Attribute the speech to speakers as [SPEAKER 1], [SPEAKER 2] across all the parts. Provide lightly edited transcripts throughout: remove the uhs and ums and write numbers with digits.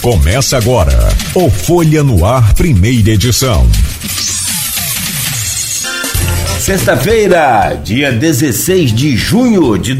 [SPEAKER 1] Começa agora o Folha no Ar, primeira edição.
[SPEAKER 2] Sexta-feira, dia 16 de junho de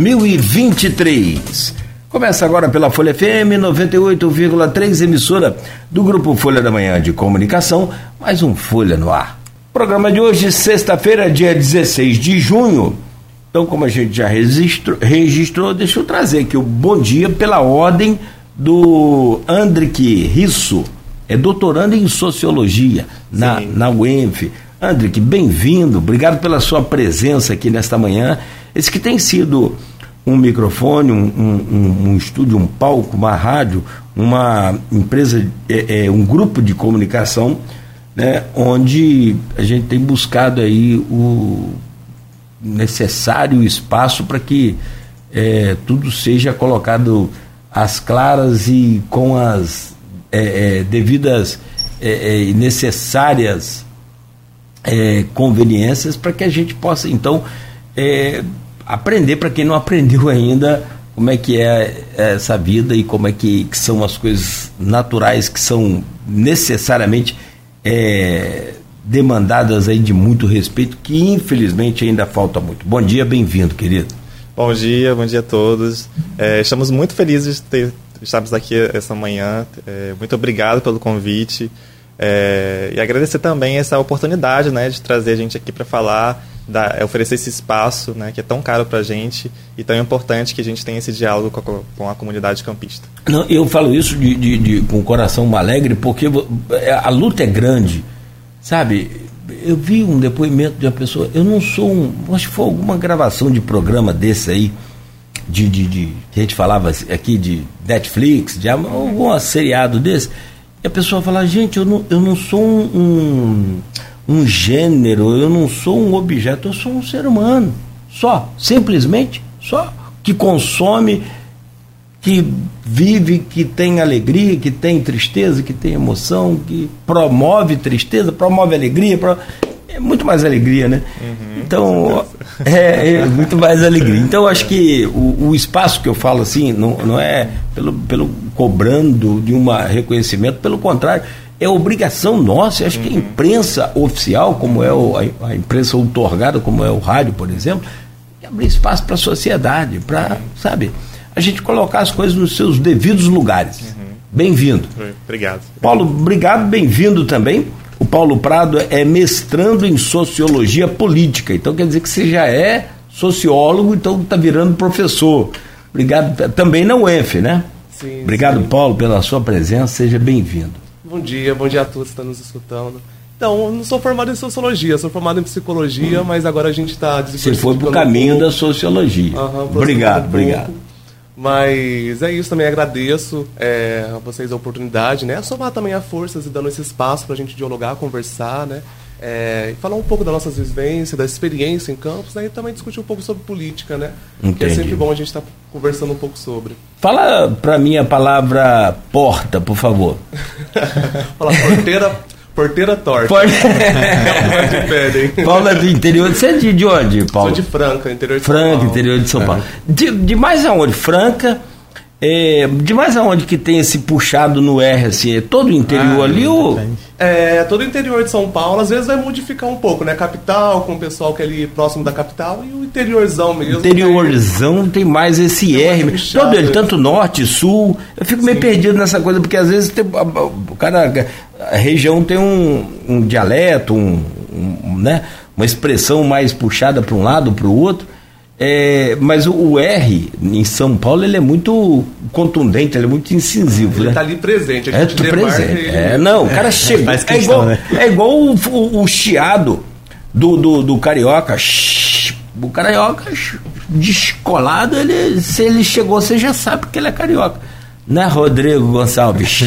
[SPEAKER 2] 2023. Começa agora pela Folha FM 98,3, emissora do Grupo Folha da Manhã de Comunicação, mais um Folha no Ar. Programa de hoje, sexta-feira, dia 16 de junho. Então, como a gente já registrou, deixa eu trazer aqui o bom dia pela ordem do Andrique Risso, é doutorando em Sociologia na UENF. Andrique, bem-vindo, obrigado pela sua presença aqui nesta manhã. Esse que tem sido um microfone, um estúdio, um palco, uma rádio, uma empresa, um grupo de comunicação, né, onde a gente tem buscado aí o necessário espaço para que tudo seja colocado às claras e com as devidas e necessárias conveniências para que a gente possa então aprender, para quem não aprendeu ainda, como é que é essa vida e como é que são as coisas naturais que são necessariamente demandadas aí de muito respeito, que infelizmente ainda falta muito. Bom dia, bem-vindo, querido.
[SPEAKER 3] Bom dia a todos. Estamos muito felizes de estarmos aqui essa manhã. Muito obrigado pelo convite. E agradecer também essa oportunidade, né, de trazer a gente aqui para falar, oferecer esse espaço, né, que é tão caro para a gente e tão importante que a gente tenha esse diálogo com a comunidade campista.
[SPEAKER 2] Não, eu falo isso com o coração alegre, porque a luta é grande, sabe? Eu vi um depoimento de uma pessoa, eu não sou acho que foi alguma gravação de programa desse aí, que a gente falava aqui de Netflix, de algum seriado desse, e a pessoa fala, gente, eu não sou um gênero, eu não sou um objeto, eu sou um ser humano, simplesmente, que consome, que vive, que tem alegria, que tem tristeza, que tem emoção, que promove tristeza, promove alegria, é muito mais alegria, né? Então, muito mais alegria. Então, acho que o espaço que eu falo assim, não é pelo cobrando de um reconhecimento, pelo contrário, é obrigação nossa. Acho que a imprensa oficial, como é a imprensa outorgada, como é o rádio, por exemplo, tem que abrir espaço para a sociedade, para, sabe, a gente colocar as coisas nos seus devidos lugares. Bem-vindo.
[SPEAKER 3] Obrigado.
[SPEAKER 2] Paulo, obrigado, bem-vindo também. O Paulo Prado é mestrando em Sociologia Política, então quer dizer que você já é sociólogo, então está virando professor. Obrigado, também na UENF, né?
[SPEAKER 4] Sim.
[SPEAKER 2] Obrigado, sim. Paulo, pela sua presença, seja bem-vindo.
[SPEAKER 4] Bom dia a todos que estão nos escutando. Então, eu não sou formado em Sociologia, sou formado em Psicologia, mas agora a gente está...
[SPEAKER 2] Você foi para o caminho da Sociologia. Obrigado.
[SPEAKER 4] Mas é isso, também agradeço a vocês a oportunidade, né? Somar também a forças e dando esse espaço para a gente dialogar, conversar, né? E falar um pouco das nossas vivências, da experiência em campos, né? E também discutir um pouco sobre política, né?
[SPEAKER 2] Entendi.
[SPEAKER 4] Que é sempre bom a gente estar conversando um pouco sobre.
[SPEAKER 2] Fala para mim a palavra porta, por favor.
[SPEAKER 4] Fala porteira torta.
[SPEAKER 2] Paulo é do interior. Você é de onde, Paulo?
[SPEAKER 4] Sou de Franca, interior de
[SPEAKER 2] São Paulo.
[SPEAKER 4] Franca,
[SPEAKER 2] interior de São Paulo. De mais aonde? Franca? De mais aonde que tem esse puxado no R, assim? É todo o interior ali ou...
[SPEAKER 4] Todo o interior de São Paulo, às vezes vai modificar um pouco, né? Capital, com o pessoal que é ali próximo da capital, e o interiorzão mesmo.
[SPEAKER 2] Interiorzão tem mais esse R. Todo ele, tanto norte, sul. Eu fico meio perdido nessa coisa, porque às vezes a região tem um dialeto, né? Uma expressão mais puxada para um lado, para o outro. Mas o R em São Paulo ele é muito contundente, ele é muito incisivo.
[SPEAKER 4] Ele
[SPEAKER 2] né?
[SPEAKER 4] está ali presente. A gente
[SPEAKER 2] presente. O cara chega. É igual o chiado do carioca. O carioca descolado, se ele chegou, você já sabe que ele é carioca. Né, Rodrigo Gonçalves?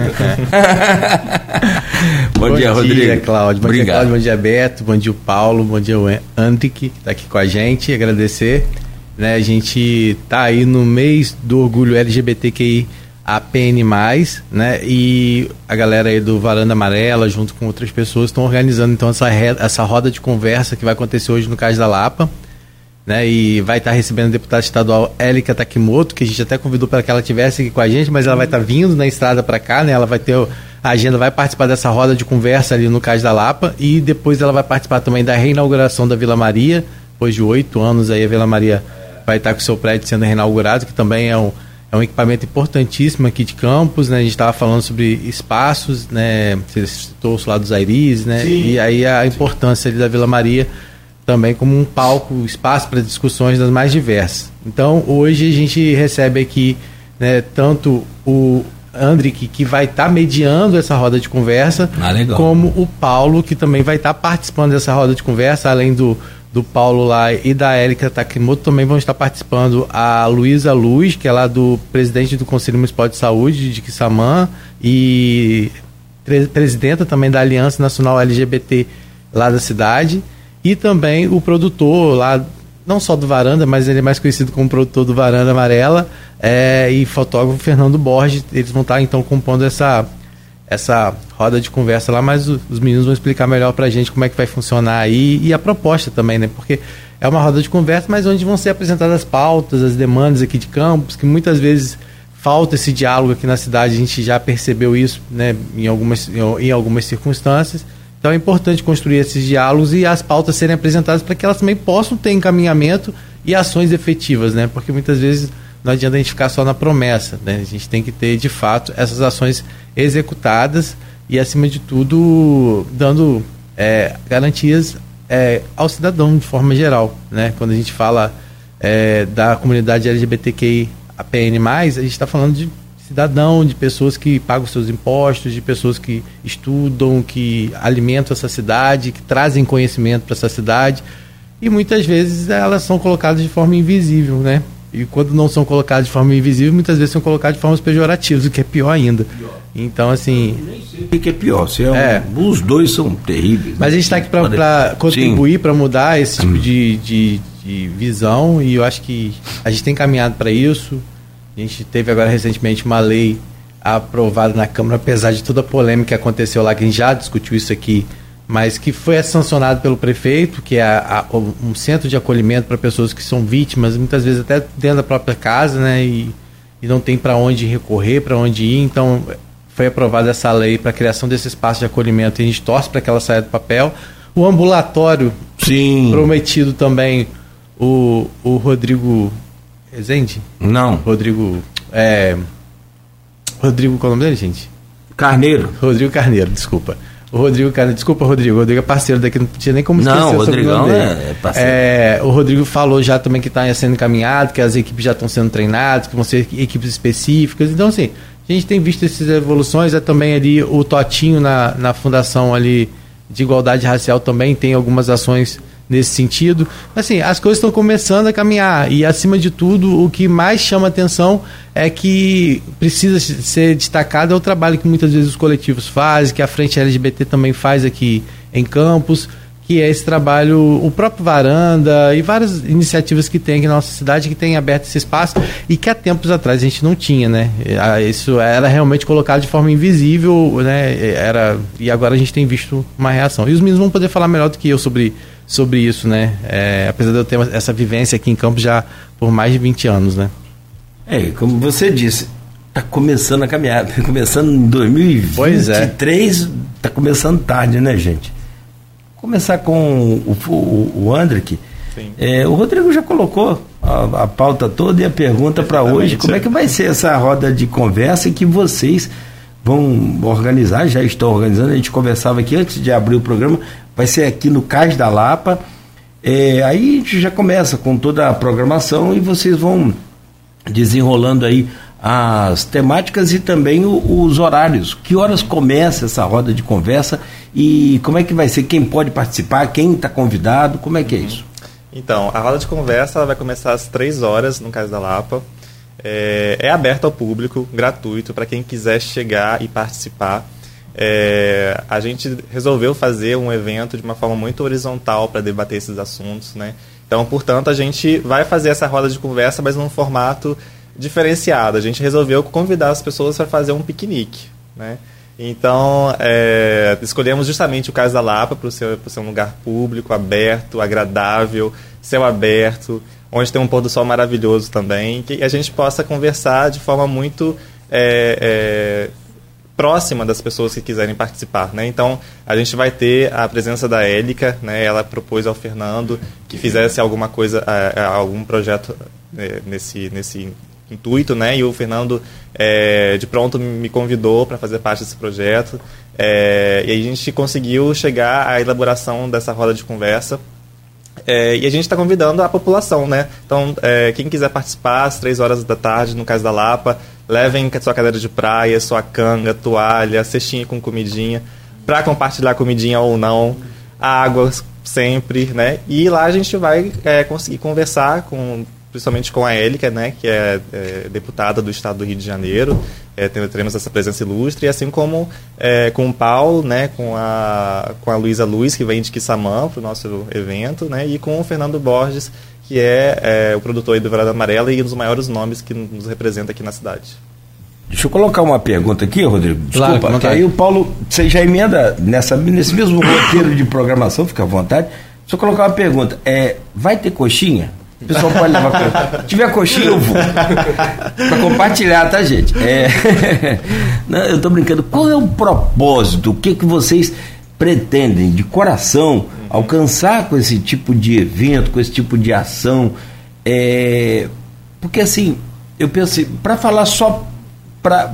[SPEAKER 2] Bom dia, Rodrigo.
[SPEAKER 5] Bom dia, Cláudio.
[SPEAKER 2] Obrigado.
[SPEAKER 5] Bom dia, Cláudio. Bom dia, Beto. Bom dia, Paulo. Bom dia, Andrique, que está aqui com a gente. Agradecer. Né, a gente está aí no mês do orgulho LGBTQI APN+, né, e a galera aí do Varanda Amarela, junto com outras pessoas, estão organizando então essa roda de conversa que vai acontecer hoje no Cais da Lapa. né, e vai estar recebendo a deputada estadual Élica Takimoto, que a gente até convidou para que ela estivesse aqui com a gente, mas ela vai estar vindo na estrada para cá, né, ela vai ter a agenda, vai participar dessa roda de conversa ali no Cais da Lapa, e depois ela vai participar também da reinauguração da Vila Maria. Depois de 8 anos aí a Vila Maria vai estar com o seu prédio sendo reinaugurado, que também é um equipamento importantíssimo aqui de Campos, né? A gente estava falando sobre espaços, né? Você citou o lado dos Airis, né? Sim. E aí a importância ali da Vila Maria também como um palco, espaço para discussões das mais diversas. Então, hoje a gente recebe aqui, né, tanto o Andrick, que vai estar mediando essa roda de conversa, como o Paulo, que também vai estar participando dessa roda de conversa, além do Paulo lá e da Élica Takimoto, também vão estar participando a Luísa Luz, que é lá do presidente do Conselho Municipal de Saúde de Quissamã e presidenta também da Aliança Nacional LGBT lá da cidade, e também o produtor lá, não só do Varanda, mas ele é mais conhecido como produtor do Varanda Amarela, e fotógrafo Fernando Borges. Eles vão estar então compondo essa roda de conversa lá, mas os meninos vão explicar melhor pra gente como é que vai funcionar aí, e a proposta também, né? Porque é uma roda de conversa, mas onde vão ser apresentadas as pautas, as demandas aqui de Campos, que muitas vezes falta esse diálogo aqui na cidade, a gente já percebeu isso, né, em algumas circunstâncias. Então é importante construir esses diálogos e as pautas serem apresentadas para que elas também possam ter encaminhamento e ações efetivas, né? Porque muitas vezes não adianta a gente ficar só na promessa, né? A gente tem que ter, de fato, essas ações executadas e, acima de tudo, dando garantias ao cidadão de forma geral, né? Quando a gente fala da comunidade LGBTQI, a PN+, a gente está falando de cidadão, de pessoas que pagam seus impostos, de pessoas que estudam, que alimentam essa cidade, que trazem conhecimento para essa cidade, e muitas vezes elas são colocadas de forma invisível, né? E quando não são colocadas de forma invisível, muitas vezes são colocadas de formas pejorativas, o que é pior ainda. Então, assim...
[SPEAKER 2] Nem sei o que é pior. Os dois são terríveis.
[SPEAKER 5] Mas a gente está aqui para contribuir, para mudar esse tipo de visão, e eu acho que a gente tem caminhado para isso. A gente teve agora recentemente uma lei aprovada na Câmara, apesar de toda a polêmica que aconteceu lá, que a gente já discutiu isso aqui, mas que foi sancionado pelo prefeito, que é um centro de acolhimento para pessoas que são vítimas, muitas vezes até dentro da própria casa, né, e não tem para onde recorrer, para onde ir. Então foi aprovada essa lei para a criação desse espaço de acolhimento, e a gente torce para que ela saia do papel. O ambulatório, sim, prometido também, o Rodrigo Rezende?
[SPEAKER 2] Não.
[SPEAKER 5] Rodrigo, qual é o nome dele, gente?
[SPEAKER 2] Carneiro.
[SPEAKER 5] Rodrigo Carneiro, desculpa. O Rodrigo Carneiro, desculpa, Rodrigo. O Rodrigo é parceiro daqui, não tinha nem como esquecer.
[SPEAKER 2] Não, o Rodrigão é parceiro.
[SPEAKER 5] O Rodrigo falou já também que está sendo encaminhado, que as equipes já estão sendo treinadas, que vão ser equipes específicas. Então, assim, a gente tem visto essas evoluções. Também ali o Totinho na Fundação ali de Igualdade Racial também tem algumas ações nesse sentido. Assim, as coisas estão começando a caminhar, e acima de tudo o que mais chama atenção é que precisa ser destacado é o trabalho que muitas vezes os coletivos fazem, que a Frente LGBT também faz aqui em Campos, que é esse trabalho, o próprio Varanda e várias iniciativas que tem aqui na nossa cidade, que tem aberto esse espaço, e que há tempos atrás a gente não tinha, né? Isso era realmente colocado de forma invisível, né? E agora a gente tem visto uma reação. E os meninos vão poder falar melhor do que eu sobre isso, né? Apesar de eu ter essa vivência aqui em Campos já por mais de 20 anos, né?
[SPEAKER 2] Como você disse, está começando a caminhar, começando em 2023, está começando tarde, né, gente? Começar com o Andrick. O Rodrigo já colocou a pauta toda e a pergunta para hoje: como é que vai ser essa roda de conversa que vocês vão organizar, já estão organizando? A gente conversava aqui antes de abrir o programa, vai ser aqui no Cais da Lapa. Aí a gente já começa com toda a programação e vocês vão desenrolando aí as temáticas e também os horários. Que horas começa essa roda de conversa e como é que vai ser? Quem pode participar? Quem está convidado? Como é que é isso?
[SPEAKER 3] Então, a roda de conversa ela vai começar às 3 horas no Cais da Lapa. É aberto ao público, gratuito, para quem quiser chegar e participar. A gente resolveu fazer um evento de uma forma muito horizontal para debater esses assuntos, né? Então, portanto, a gente vai fazer essa roda de conversa, mas num formato diferenciado. A gente resolveu convidar as pessoas para fazer um piquenique, né? Então, escolhemos justamente o Cais da Lapa para ser um lugar público, aberto, agradável, céu aberto, onde tem um pôr do sol maravilhoso também, que a gente possa conversar de forma muito próxima das pessoas que quiserem participar, né? Então, a gente vai ter a presença da Élica, né? Ela propôs ao Fernando que fizesse alguma coisa, algum projeto nesse intuito, né? E o Fernando, de pronto, me convidou para fazer parte desse projeto. E aí a gente conseguiu chegar à elaboração dessa roda de conversa. E a gente está convidando a população, né? Então, quem quiser participar, às 3 da tarde, no Cais da Lapa, levem sua cadeira de praia, sua canga, toalha, cestinha com comidinha, para compartilhar comidinha ou não, água sempre, né? E lá a gente vai conseguir conversar principalmente com a Élica, né, que é deputada do Estado do Rio de Janeiro. Teremos essa presença ilustre, assim como com o Paulo, né, com a Luísa Luz, que vem de Quissamã para o nosso evento, né, e com o Fernando Borges, que é o produtor aí do Vereda Amarela e um dos maiores nomes que nos representa aqui na cidade.
[SPEAKER 2] Deixa eu colocar uma pergunta aqui, Rodrigo. Desculpa,
[SPEAKER 5] claro,
[SPEAKER 2] que aí o Paulo, você já emenda nesse mesmo roteiro de programação, fica à vontade. Deixa eu colocar uma pergunta. Vai ter coxinha? O pessoal pode levar coxinha. Se tiver coxinha, eu vou. Para compartilhar, tá, gente? Não, eu tô brincando. Qual é o propósito? O que vocês pretendem, de coração, alcançar com esse tipo de evento, com esse tipo de ação? Porque, assim, eu penso, para falar só para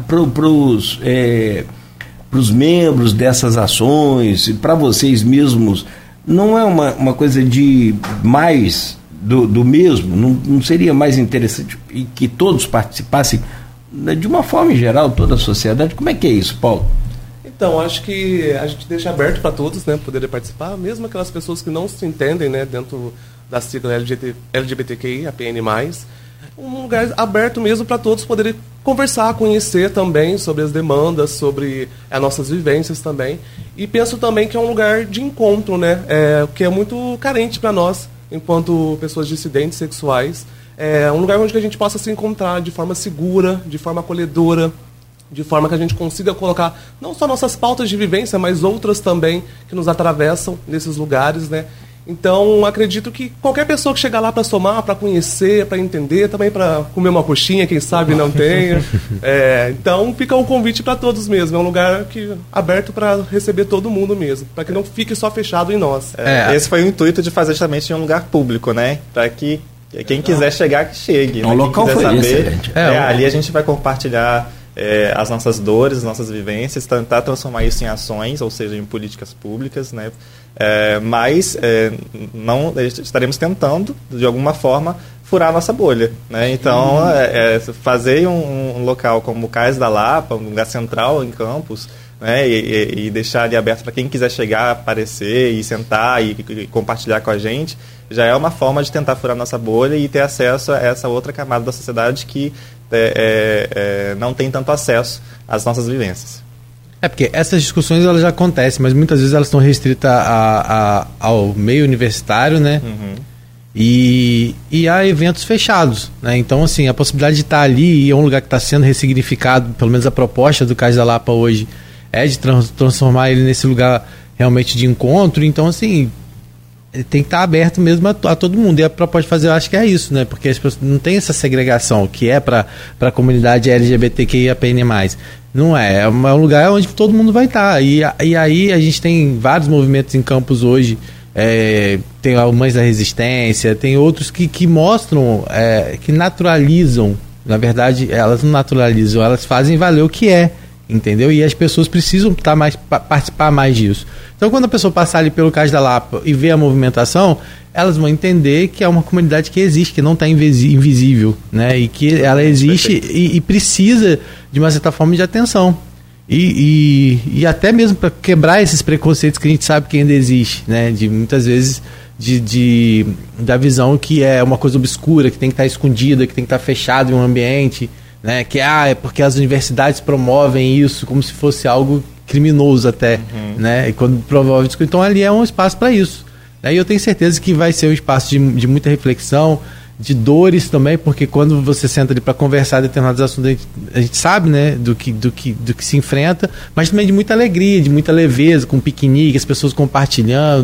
[SPEAKER 2] os membros dessas ações, para vocês mesmos, não é uma coisa de mais do mesmo? Não seria mais interessante que todos participassem, de uma forma em geral, toda a sociedade? Como é que é isso, Paulo?
[SPEAKER 4] Então, acho que a gente deixa aberto para todos, né, poderem participar, mesmo aquelas pessoas que não se entendem, né, dentro da sigla LGBTQI, a PN+, um lugar aberto mesmo para todos poderem conversar, conhecer também sobre as demandas, sobre as nossas vivências também. E penso também que é um lugar de encontro, né, que é muito carente para nós, enquanto pessoas dissidentes sexuais. É um lugar onde a gente possa se encontrar de forma segura, de forma acolhedora, de forma que a gente consiga colocar não só nossas pautas de vivência, mas outras também que nos atravessam nesses lugares, né? Então, acredito que qualquer pessoa que chegar lá para somar, para conhecer, para entender, também para comer uma coxinha, quem sabe não tenha. Então, fica um convite para todos mesmo. É um lugar aberto para receber todo mundo mesmo, para que não fique só fechado em nós.
[SPEAKER 3] Esse foi o intuito de fazer justamente em um lugar público, né? Para que quem quiser chegar, que chegue.
[SPEAKER 2] O local foi excelente.
[SPEAKER 3] Ali a gente vai compartilhar as nossas dores, as nossas vivências, tentar transformar isso em ações, ou seja, em políticas públicas, né? Mas não estaremos tentando, de alguma forma, furar a nossa bolha, né? Então, fazer um local como o Cais da Lapa, um lugar central em Campos, né? E deixar ali aberto para quem quiser chegar, aparecer e sentar e compartilhar com a gente, já é uma forma de tentar furar a nossa bolha e ter acesso a essa outra camada da sociedade que não tem tanto acesso às nossas vivências.
[SPEAKER 5] Porque essas discussões elas já acontecem, mas muitas vezes elas estão restritas ao meio universitário, né? Uhum. E a eventos fechados, né? Então, assim, a possibilidade de estar ali, e é um lugar que está sendo ressignificado, pelo menos a proposta do Cais da Lapa hoje é de transformar ele nesse lugar realmente de encontro. Então, assim, tem que estar aberto mesmo a todo mundo. E a proposta de fazer, eu acho que é isso, né? Porque as pessoas não tem essa segregação que é para a comunidade LGBTQIAPN+. Não é. É um lugar onde todo mundo vai estar. E aí a gente tem vários movimentos em Campos hoje. Tem a Mães da Resistência, tem outros que mostram, que naturalizam. Na verdade, elas não naturalizam, elas fazem valer o que é. Entendeu? E as pessoas precisam participar mais disso. Então, quando a pessoa passar ali pelo Cais da Lapa e ver a movimentação, elas vão entender que é uma comunidade que existe, que não está invisível, né? E que ela existe e precisa, de uma certa forma, de atenção. E até mesmo para quebrar esses preconceitos que a gente sabe que ainda existe, né? De muitas vezes da visão que é uma coisa obscura, que tem que estar escondida, que tem que estar fechado em um ambiente, né? Que é porque as universidades promovem isso como se fosse algo criminoso até, né? E quando promove isso, então ali é um espaço para isso. E eu tenho certeza que vai ser um espaço de muita reflexão, de dores também, porque quando você senta ali para conversar determinados assuntos, a gente sabe, né, do que se enfrenta, mas também de muita alegria, de muita leveza, com piquenique, as pessoas compartilhando,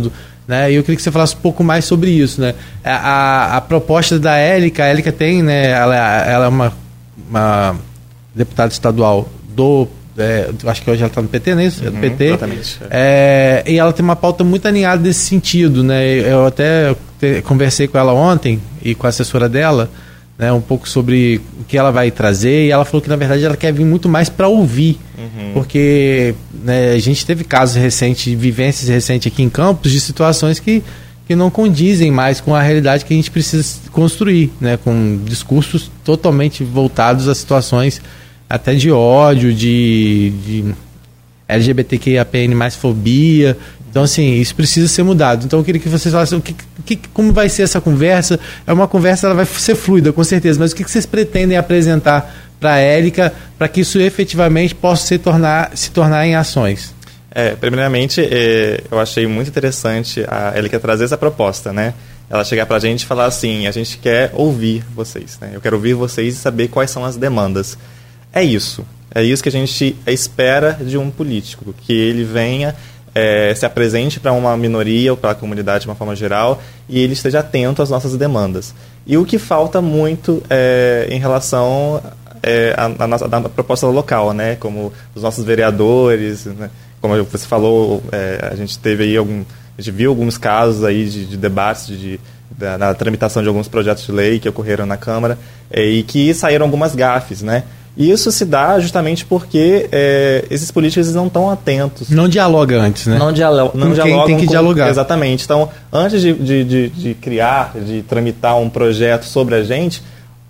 [SPEAKER 5] né? E eu queria que você falasse um pouco mais sobre isso, né? A proposta da Élica, a Élica tem, né? Ela é uma deputada estadual acho que hoje ela está no PT, né? Do PT.
[SPEAKER 3] Exatamente.
[SPEAKER 5] E ela tem uma pauta muito alinhada nesse sentido, né? Eu até conversei com ela ontem e com a assessora dela, né, um pouco sobre o que ela vai trazer, e ela falou que na verdade ela quer vir muito mais para ouvir, porque, né, a gente teve casos recentes, vivências recentes aqui em Campos de situações que não condizem mais com a realidade que a gente precisa construir, né, com discursos totalmente voltados a situações até de ódio, de LGBTQIAPN+, fobia. Então, assim, isso precisa ser mudado. Então, eu queria que vocês falassem como vai ser essa conversa. É uma conversa, ela vai ser fluida, com certeza, mas o que vocês pretendem apresentar para a Élica para que isso efetivamente possa se tornar em ações?
[SPEAKER 3] Primeiramente, eu achei muito interessante a Élica trazer essa proposta, né? Ela chegar para a gente e falar assim, a gente quer ouvir vocês, né? Eu quero ouvir vocês e saber quais são as demandas. É isso que a gente espera de um político, que ele venha, se apresente para uma minoria ou para a comunidade de uma forma geral e ele esteja atento às nossas demandas. E o que falta muito em relação à proposta local, né? Como os nossos vereadores, né? Como você falou, a gente teve aí a gente viu alguns casos aí de debates na tramitação de alguns projetos de lei que ocorreram na Câmara e que saíram algumas gafes, né? E isso se dá justamente porque esses políticos não estão atentos.
[SPEAKER 5] Não dialoga antes, né?
[SPEAKER 3] Não dialogam.
[SPEAKER 5] Tem que dialogar.
[SPEAKER 3] Exatamente. Então, antes de criar, de tramitar um projeto sobre a gente,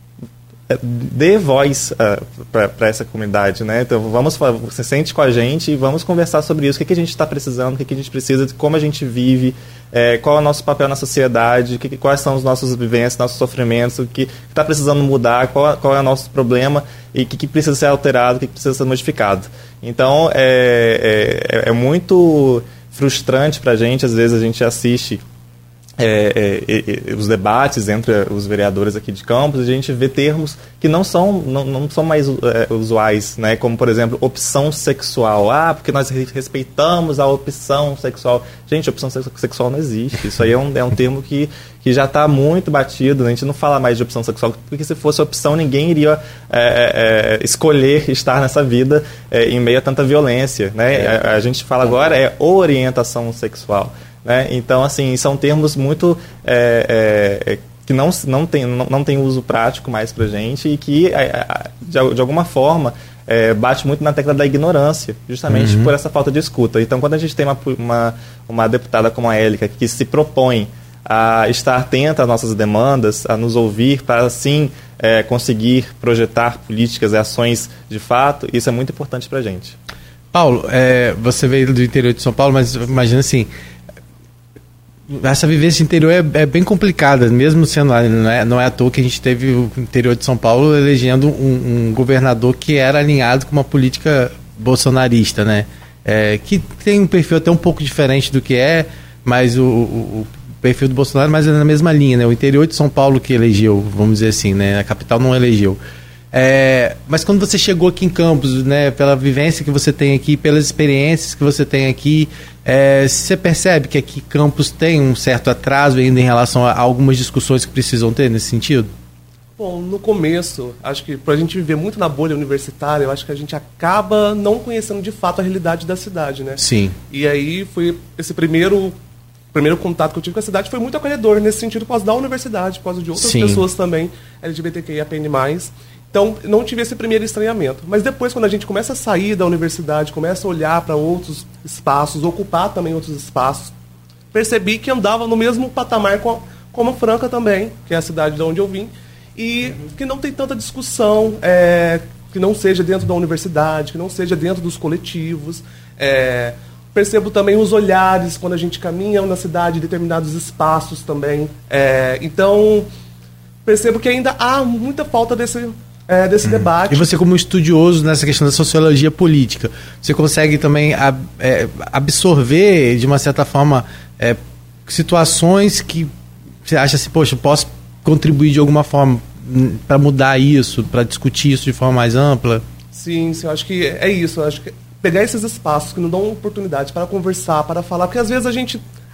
[SPEAKER 3] dê voz para essa comunidade, né? Então, você sente com a gente e vamos conversar sobre isso. O que a gente está precisando, o que a gente precisa, como a gente vive, qual é o nosso papel na sociedade, quais são os nossos vivências, nossos sofrimentos, o que está precisando mudar, qual é o nosso problema e o que precisa ser alterado, o que precisa ser modificado. Então, é muito frustrante para a gente, às vezes a gente assiste os debates entre os vereadores aqui de Campos, a gente vê termos que não são mais usuais, né? Como, por exemplo, opção sexual. Porque nós respeitamos a opção sexual. Gente, opção sexual não existe. Isso aí é um termo que já está muito batido, né? A gente não fala mais de opção sexual, porque se fosse opção, ninguém iria escolher estar nessa vida em meio a tanta violência, né? A gente fala agora orientação sexual. Né? Então, assim, são termos muito que não tem uso prático mais pra gente e que, de alguma forma, bate muito na tecla da ignorância, justamente por essa falta de escuta. Então, quando a gente tem uma deputada como a Élica que se propõe a estar atenta às nossas demandas, a nos ouvir para, assim, conseguir projetar políticas e ações de fato, isso é muito importante pra gente.
[SPEAKER 5] Paulo, você veio do interior de São Paulo, mas imagina assim, essa vivência interior é bem complicada, mesmo sendo lá, não é à toa que a gente teve o interior de São Paulo elegendo um governador que era alinhado com uma política bolsonarista, né? Que tem um perfil até um pouco diferente do que mas o perfil do Bolsonaro, mas é na mesma linha, né? O interior de São Paulo que elegeu, vamos dizer assim, né? A capital não elegeu. Mas quando você chegou aqui em Campos, né, pela vivência que você tem aqui, pelas experiências que você tem aqui, você percebe que aqui Campos tem um certo atraso ainda em relação a algumas discussões que precisam ter nesse sentido?
[SPEAKER 4] Bom, no começo, acho que pra gente viver muito na bolha universitária, eu acho que a gente acaba não conhecendo de fato a realidade da cidade, né?
[SPEAKER 5] Sim.
[SPEAKER 4] E aí foi esse primeiro contato que eu tive com a cidade foi muito acolhedor nesse sentido, por causa da universidade, por causa de outras pessoas também, LGBTQIAPN+. Então, não tive esse primeiro estranhamento. Mas depois, quando a gente começa a sair da universidade, começa a olhar para outros espaços, ocupar também outros espaços, percebi que andava no mesmo patamar como Franca também, que é a cidade de onde eu vim, e que não tem tanta discussão, que não seja dentro da universidade, que não seja dentro dos coletivos. Percebo também os olhares quando a gente caminha na cidade, determinados espaços também. Então, percebo que ainda há muita falta desse debate.
[SPEAKER 5] E você, como estudioso nessa questão da sociologia política, você consegue também absorver, de uma certa forma, situações que você acha assim, poxa, eu posso contribuir de alguma forma para mudar isso, para discutir isso de forma mais ampla?
[SPEAKER 4] Sim, eu acho que é isso. Eu acho que pegar esses espaços que não dão oportunidade para conversar, para falar, porque às vezes a gente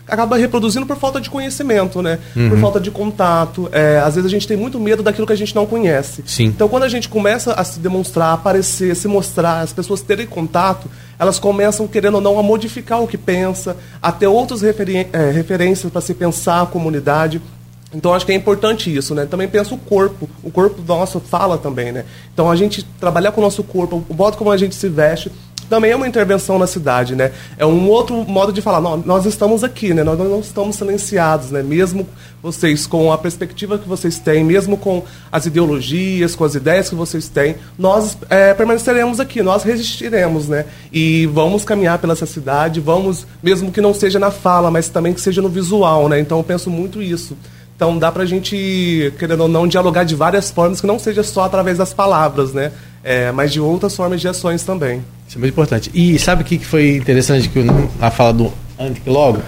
[SPEAKER 4] acaba reproduzindo por falta de conhecimento, né? Por falta de contato. Às vezes a gente tem muito medo daquilo que a gente não conhece.
[SPEAKER 5] Sim.
[SPEAKER 4] Então, quando a gente começa a se demonstrar, aparecer, se mostrar, as pessoas terem contato, elas começam, querendo ou não, a modificar o que pensa, a ter outras referências para se pensar a comunidade. Então, acho que é importante isso, né? Também penso o corpo nosso fala também, né? Então, a gente trabalhar com o nosso corpo, o modo como a gente se veste, também é uma intervenção na cidade, né? É um outro modo de falar, nós estamos aqui, né? Nós não estamos silenciados, né? Mesmo vocês com a perspectiva que vocês têm, mesmo com as ideologias, com as ideias que vocês têm, nós permaneceremos aqui, nós resistiremos, né? E vamos caminhar pela essa cidade, vamos, mesmo que não seja na fala, mas também que seja no visual, né? Então, eu penso muito isso. Então, dá pra gente, querendo ou não, dialogar de várias formas, que não seja só através das palavras, né? Mas de outras formas de ações também.
[SPEAKER 5] Isso é muito importante. E sabe o que foi interessante que na fala do Antic logo?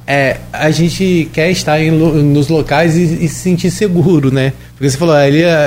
[SPEAKER 5] A gente quer estar nos locais e se sentir seguro, né? Porque você falou,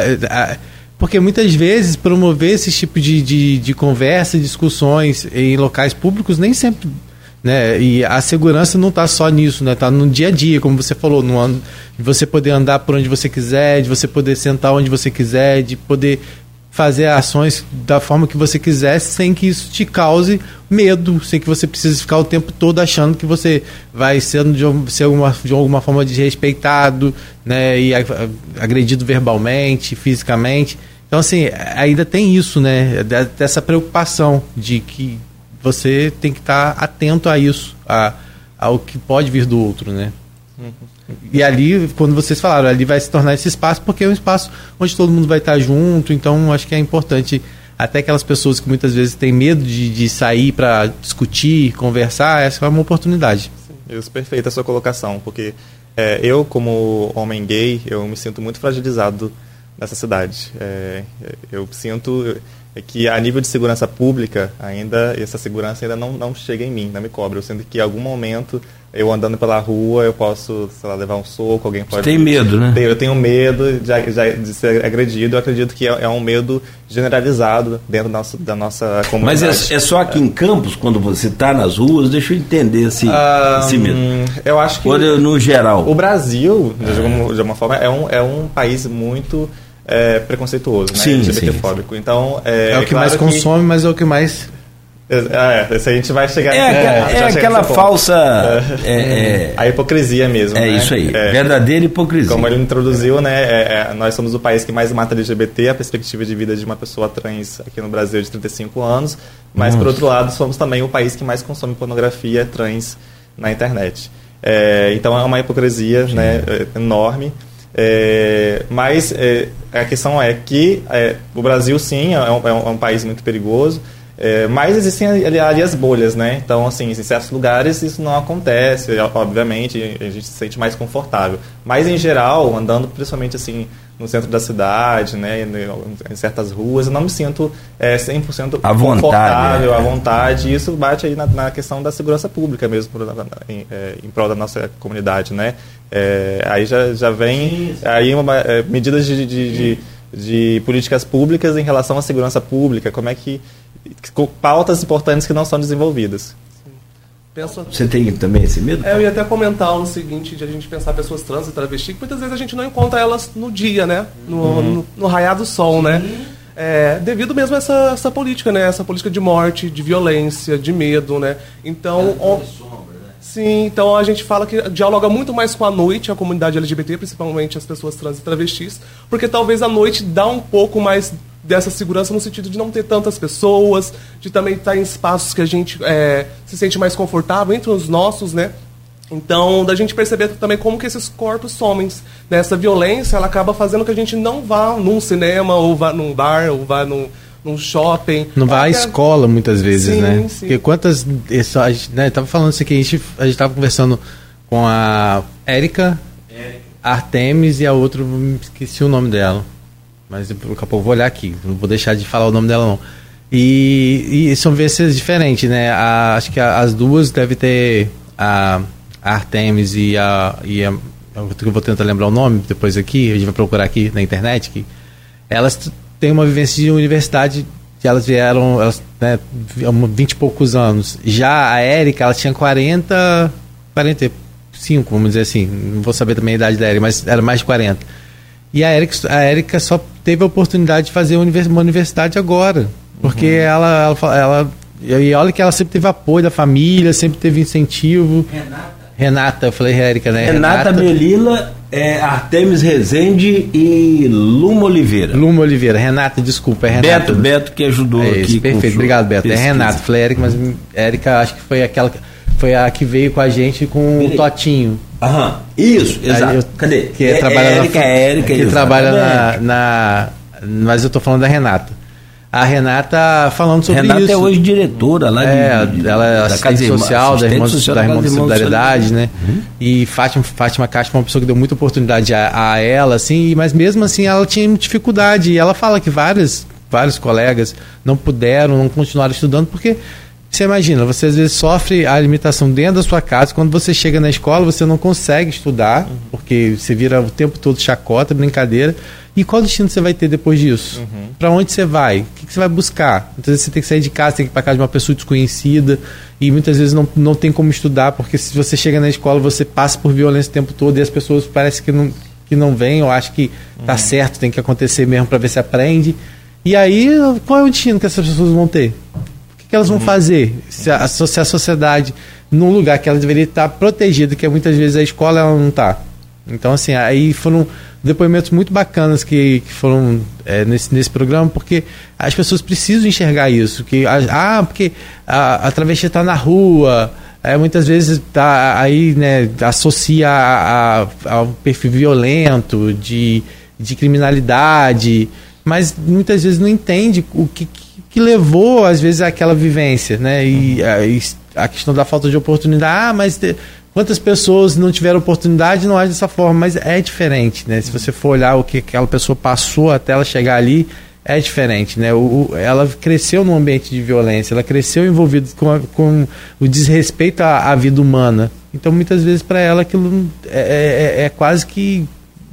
[SPEAKER 5] porque muitas vezes promover esse tipo de conversa, discussões em locais públicos, nem sempre... Né? E a segurança não está só nisso, né? Está no dia a dia, como você falou, de você poder andar por onde você quiser, de você poder sentar onde você quiser, de poder fazer ações da forma que você quiser, sem que isso te cause medo, sem que você precise ficar o tempo todo achando que você vai ser de alguma forma desrespeitado, né? E agredido verbalmente, fisicamente. Então, assim, ainda tem isso, né? Dessa preocupação de que você tem que estar atento a isso, ao que pode vir do outro, né? E ali, quando vocês falaram, ali vai se tornar esse espaço, porque é um espaço onde todo mundo vai estar junto, então acho que é importante, até aquelas pessoas que muitas vezes têm medo de sair para discutir, conversar, essa é uma oportunidade.
[SPEAKER 3] Isso, perfeita a sua colocação, porque eu, como homem gay, eu me sinto muito fragilizado nessa cidade. Eu sinto que a nível de segurança pública, essa segurança ainda não chega em mim, não me cobra. Eu sinto que em algum momento, eu andando pela rua, eu posso, sei lá, levar um soco, alguém pode...
[SPEAKER 2] Você tem medo, né?
[SPEAKER 3] Eu tenho medo de ser agredido. Eu acredito que é um medo generalizado dentro da nossa comunidade.
[SPEAKER 2] Mas é só aqui em Campos, quando você está nas ruas? Deixa eu entender esse medo.
[SPEAKER 3] Eu acho que...
[SPEAKER 2] Ou no geral?
[SPEAKER 3] O Brasil, de alguma forma, é um país muito... preconceituoso, né?
[SPEAKER 2] Sim,
[SPEAKER 3] LGBTfóbico. Então,
[SPEAKER 5] é o que mais consome, mas é o que mais...
[SPEAKER 3] a gente vai chegar...
[SPEAKER 2] aquela falsa...
[SPEAKER 3] a hipocrisia mesmo, né?
[SPEAKER 2] Isso aí, verdadeira hipocrisia.
[SPEAKER 3] Como ele introduziu, né? Nós somos o país que mais mata LGBT, a perspectiva de vida de uma pessoa trans aqui no Brasil é de 35 anos, mas, por outro lado, somos também o país que mais consome pornografia trans na internet. Então, é uma hipocrisia, né, enorme. Mas a questão é que o Brasil, sim, é um país muito perigoso, mas existem ali as bolhas, né? Então, assim, em certos lugares isso não acontece, obviamente, a gente se sente mais confortável. Mas, em geral, andando principalmente assim no centro da cidade, né, em certas ruas, eu não me sinto 100% confortável, à vontade, e isso bate aí na questão da segurança pública mesmo, em prol da nossa comunidade, né? Aí já vem aí medidas de políticas públicas em relação à segurança pública, como é que pautas importantes que não são desenvolvidas.
[SPEAKER 2] Você tem também esse medo?
[SPEAKER 4] Eu ia até comentar o seguinte, de a gente pensar pessoas trans e travesti, que muitas vezes a gente não encontra elas no dia, né? No raiar do sol, né? Devido mesmo a essa política, né? Essa política de morte, de violência, de medo, né? Então... Sim, então a gente fala que dialoga muito mais com a noite, a comunidade LGBT, principalmente as pessoas trans e travestis, porque talvez a noite dá um pouco mais dessa segurança no sentido de não ter tantas pessoas, de também estar em espaços que a gente se sente mais confortável entre os nossos, né? Então, da gente perceber também como que esses corpos somem, né? Essa violência, ela acaba fazendo que a gente não vá num cinema, ou vá num bar, ou vá num shopping.
[SPEAKER 5] Não vai à escola muitas vezes,
[SPEAKER 4] sim,
[SPEAKER 5] né?
[SPEAKER 4] Sim.
[SPEAKER 5] Porque quantas... a gente tava falando isso aqui, a gente tava conversando com a Érica, Artemis e a outra, esqueci o nome dela. Mas daqui a pouco eu vou olhar aqui, não vou deixar de falar o nome dela não. E são vivências diferentes, né? Acho que as duas devem ter a Artemis e eu vou tentar lembrar o nome depois aqui, a gente vai procurar aqui na internet, que elas têm uma vivência de universidade, que elas vieram, né, 20 e poucos anos. Já a Érica, ela tinha 40 e 45, vamos dizer assim, não vou saber também a idade da Érica, mas era mais de 40. E a Érica só teve a oportunidade de fazer uma universidade agora, porque ela e olha que ela sempre teve apoio da família, sempre teve incentivo. Renata, eu falei Érica, né?
[SPEAKER 2] Renata Melila, Artemis Rezende e Luma Oliveira.
[SPEAKER 5] Renata, desculpa, é Renata.
[SPEAKER 2] Beto que ajudou aqui.
[SPEAKER 5] Perfeito, obrigado, Beto.
[SPEAKER 2] Pesquisa.
[SPEAKER 5] É Renata, falei Érica, mas Érica acho que foi a que veio com a gente com o Totinho.
[SPEAKER 2] Aham, isso, exato. Cadê?
[SPEAKER 5] Que trabalha Érica, que trabalha mas eu tô falando da Renata. A Renata falando sobre isso.
[SPEAKER 2] Renata é hoje diretora lá
[SPEAKER 5] ela é assistente social da Irmã de Solidariedade, né? E Fátima Castro foi uma pessoa que deu muita oportunidade a ela, assim, mas mesmo assim ela tinha dificuldade. E ela fala que vários colegas não continuaram estudando, porque você imagina, você às vezes sofre a limitação dentro da sua casa, quando você chega na escola você não consegue estudar, porque você vira o tempo todo chacota, brincadeira. E qual destino você vai ter depois disso? Para onde você vai? O que você vai buscar? Muitas vezes você tem que sair de casa, tem que ir para casa de uma pessoa desconhecida, e muitas vezes não tem como estudar, porque se você chega na escola você passa por violência o tempo todo e as pessoas parecem que não vêm, ou acham que tá certo, tem que acontecer mesmo para ver se aprende. E aí, qual é o destino que essas pessoas vão ter? O que elas vão fazer? Se a sociedade, num lugar que ela deveria estar protegida, que muitas vezes a escola ela não está. Então, assim, aí foram depoimentos muito bacanas que foram nesse programa, porque as pessoas precisam enxergar isso, porque a travesti está na rua, muitas vezes tá aí, né, associa ao perfil violento, de criminalidade, mas muitas vezes não entende o que levou, às vezes, àquela vivência, né? E a questão da falta de oportunidade, mas quantas pessoas não tiveram oportunidade e não agem dessa forma, mas é diferente, né? Se você for olhar o que aquela pessoa passou até ela chegar ali, é diferente, né? Ela cresceu num ambiente de violência, ela cresceu envolvida com o desrespeito à vida humana. Então, muitas vezes, para ela, aquilo é quase que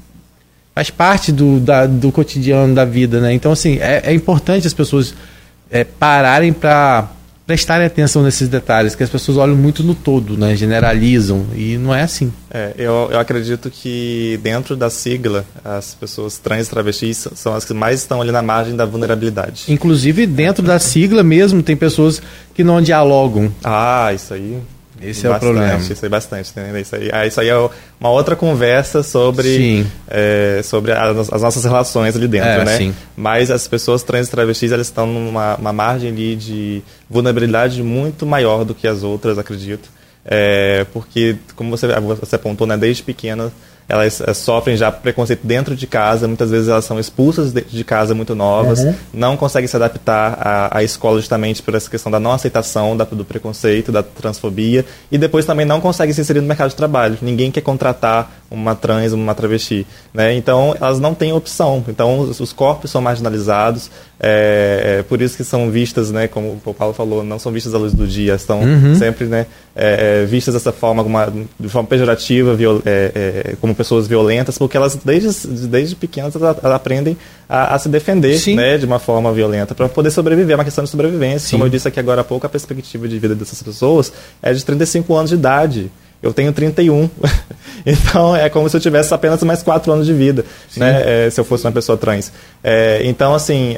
[SPEAKER 5] faz parte do cotidiano da vida, né? Então, assim, é importante as pessoas pararem para prestarem atenção nesses detalhes, que as pessoas olham muito no todo, né? Generalizam, e não é assim.
[SPEAKER 3] Eu acredito que dentro da sigla, as pessoas trans e travestis são as que mais estão ali na margem da vulnerabilidade.
[SPEAKER 5] Inclusive, dentro da sigla mesmo, tem pessoas que não dialogam.
[SPEAKER 3] Isso aí...
[SPEAKER 5] Esse é o problema.
[SPEAKER 3] Isso aí bastante, né? Isso aí é uma outra conversa sobre as nossas relações ali dentro, né? Sim. Mas as pessoas trans e travestis, elas estão numa margem ali de vulnerabilidade muito maior do que as outras, acredito. Porque, como você apontou, né, desde pequena, elas sofrem já preconceito dentro de casa, muitas vezes elas são expulsas de casa muito novas, não conseguem se adaptar à escola justamente por essa questão da não aceitação, do preconceito, da transfobia, e depois também não conseguem se inserir no mercado de trabalho. Ninguém quer contratar uma trans, uma travesti, né? Então elas não têm opção, então os corpos são marginalizados, por isso que são vistas, né, como o Paulo falou, não são vistas à luz do dia, estão sempre, né, vistas dessa forma, de forma pejorativa, como pessoas violentas, porque elas desde pequenas elas aprendem a se defender, né, de uma forma violenta para poder sobreviver, é uma questão de sobrevivência. Sim. Como eu disse aqui agora há pouco, a perspectiva de vida dessas pessoas é de 35 anos de idade. Eu tenho 31, então é como se eu tivesse apenas mais 4 anos de vida, né, se eu fosse uma pessoa trans. Então, assim,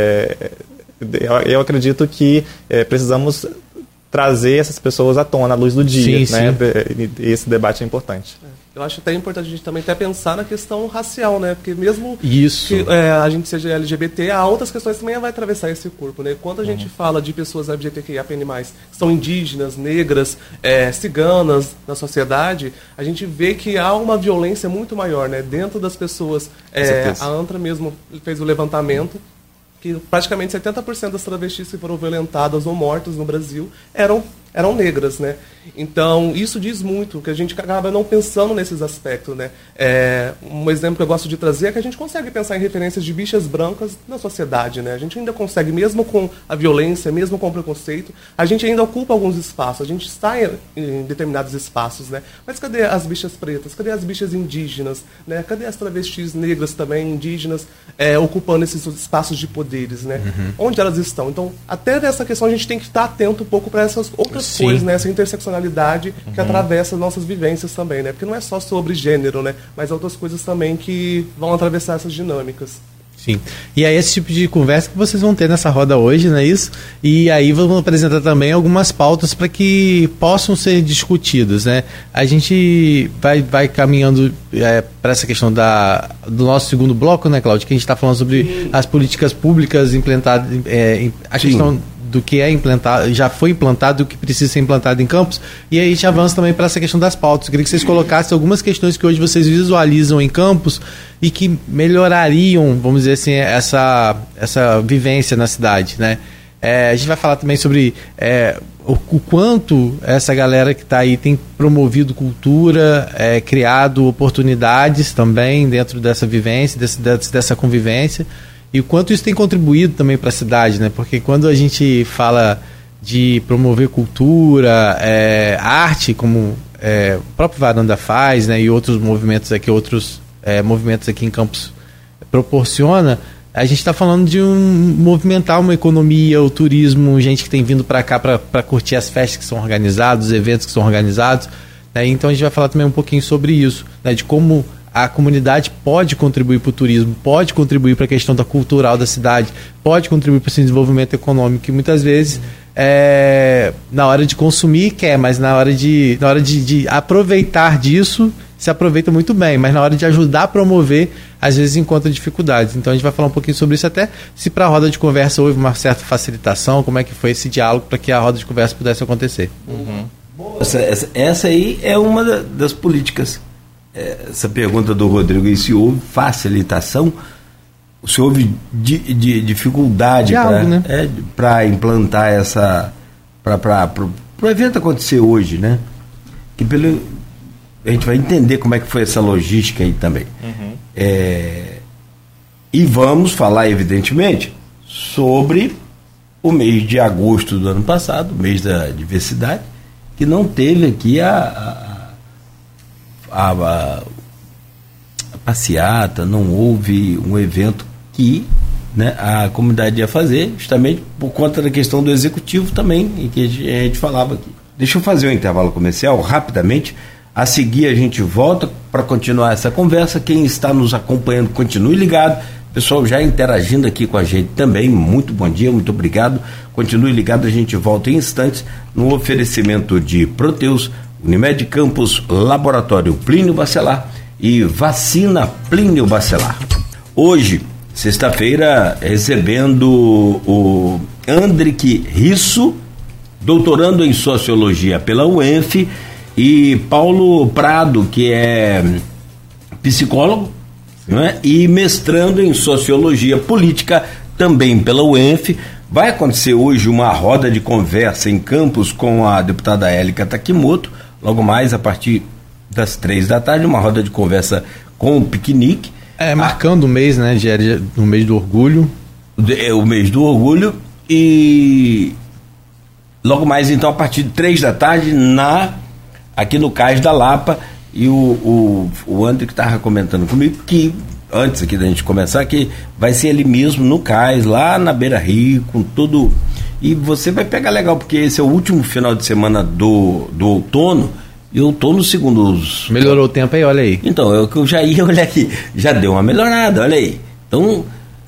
[SPEAKER 3] eu acredito que precisamos trazer essas pessoas à tona, à luz do dia, né? E esse debate é importante.
[SPEAKER 4] Eu acho até importante a gente também até pensar na questão racial, né? Porque mesmo
[SPEAKER 5] que
[SPEAKER 4] a gente seja LGBT, há outras questões também vai atravessar esse corpo, né? Quando a gente fala de pessoas LGBTQIAPN+, que são indígenas, negras, ciganas na sociedade, a gente vê que há uma violência muito maior, né? Dentro das pessoas. A ANTRA mesmo fez o levantamento que praticamente 70% das travestis que foram violentadas ou mortas no Brasil eram negras, né? Então, isso diz muito, que a gente acaba não pensando nesses aspectos, né? Um exemplo que eu gosto de trazer é que a gente consegue pensar em referências de bichas brancas na sociedade, né? A gente ainda consegue, mesmo com a violência, mesmo com o preconceito, a gente ainda ocupa alguns espaços, a gente está em determinados espaços, né? Mas cadê as bichas pretas? Cadê as bichas indígenas? Né? Cadê as travestis negras também, indígenas, ocupando esses espaços de poderes, né? Onde elas estão? Então, até nessa questão a gente tem que estar atento um pouco para essas outras outras
[SPEAKER 5] Sim.
[SPEAKER 4] coisas, né? Essa interseccionalidade que atravessa nossas vivências também, né? Porque não é só sobre gênero, né? Mas outras coisas também que vão atravessar essas dinâmicas.
[SPEAKER 5] Sim. E é esse tipo de conversa que vocês vão ter nessa roda hoje, não é isso? E aí vamos apresentar também algumas pautas para que possam ser discutidas, né? A gente vai caminhando para essa questão do nosso segundo bloco, né, Cláudio? Que a gente está falando sobre as políticas públicas implantadas, a questão do que é implantado, já foi implantado e o que precisa ser implantado em Campos. E aí a gente avança também para essa questão das pautas. Eu queria que vocês colocassem algumas questões que hoje vocês visualizam em Campos e que melhorariam, vamos dizer assim, essa vivência na cidade, né? A gente vai falar também sobre o quanto essa galera que está aí tem promovido cultura, criado oportunidades também dentro dessa vivência, dessa convivência, e o quanto isso tem contribuído também para a cidade, né? Porque quando a gente fala de promover cultura, arte, como o próprio Varanda faz, né? E outros movimentos aqui, movimentos aqui em Campos proporciona, a gente está falando de movimentar uma economia, o turismo, gente que tem vindo para cá para curtir as festas que são organizadas, os eventos que são organizados, né? Então a gente vai falar também um pouquinho sobre isso, né? De como a comunidade pode contribuir para o turismo, pode contribuir para a questão da cultural da cidade, pode contribuir para esse desenvolvimento econômico, que muitas vezes na hora de consumir mas na hora de aproveitar disso se aproveita muito bem, mas na hora de ajudar a promover, às vezes encontra dificuldades. Então a gente vai falar um pouquinho sobre isso, até se para a roda de conversa houve uma certa facilitação, como é que foi esse diálogo para que a roda de conversa pudesse acontecer.
[SPEAKER 2] Essa aí é uma das políticas. Essa pergunta do Rodrigo, e se houve facilitação, se houve dificuldade para implantar para o evento acontecer hoje, né? Que a gente vai entender como é que foi essa logística aí também. E vamos falar, evidentemente, sobre o mês de agosto do ano passado, o mês da diversidade, que não teve aqui a passeata, não houve um evento que, né, a comunidade ia fazer, justamente por conta da questão do executivo também, em que a gente falava aqui. Deixa eu fazer um intervalo comercial rapidamente. A seguir a gente volta para continuar essa conversa. Quem está nos acompanhando, continue ligado. Pessoal já interagindo aqui com a gente também, muito bom dia, muito obrigado. Continue ligado, a gente volta em instantes no oferecimento de Proteus, Unimed Campos, Laboratório Plínio Bacelar e Vacina Plínio Bacelar. Hoje, sexta-feira, recebendo o Andrique Risso, doutorando em Sociologia pela UENF, e Paulo Prado, que é psicólogo, né, e mestrando em Sociologia Política também pela UENF. Vai acontecer hoje uma roda de conversa em Campos com a deputada Élica Takimoto, logo mais a partir das 3 da tarde, uma roda de conversa com o piquenique.
[SPEAKER 5] Marcando o mês, né, o mês do orgulho.
[SPEAKER 2] O mês do orgulho, e logo mais então a partir de 3 da tarde aqui no Cais da Lapa. E o André que estava comentando comigo que antes aqui da gente começar, que vai ser ele mesmo no Cais, lá na Beira Rio, com tudo. E você vai pegar legal, porque esse é o último final de semana do outono, e outono, segundo os...
[SPEAKER 5] Melhorou o tempo aí, olha aí.
[SPEAKER 2] Então, eu já ia olhar aqui, já deu uma melhorada, olha aí. Então,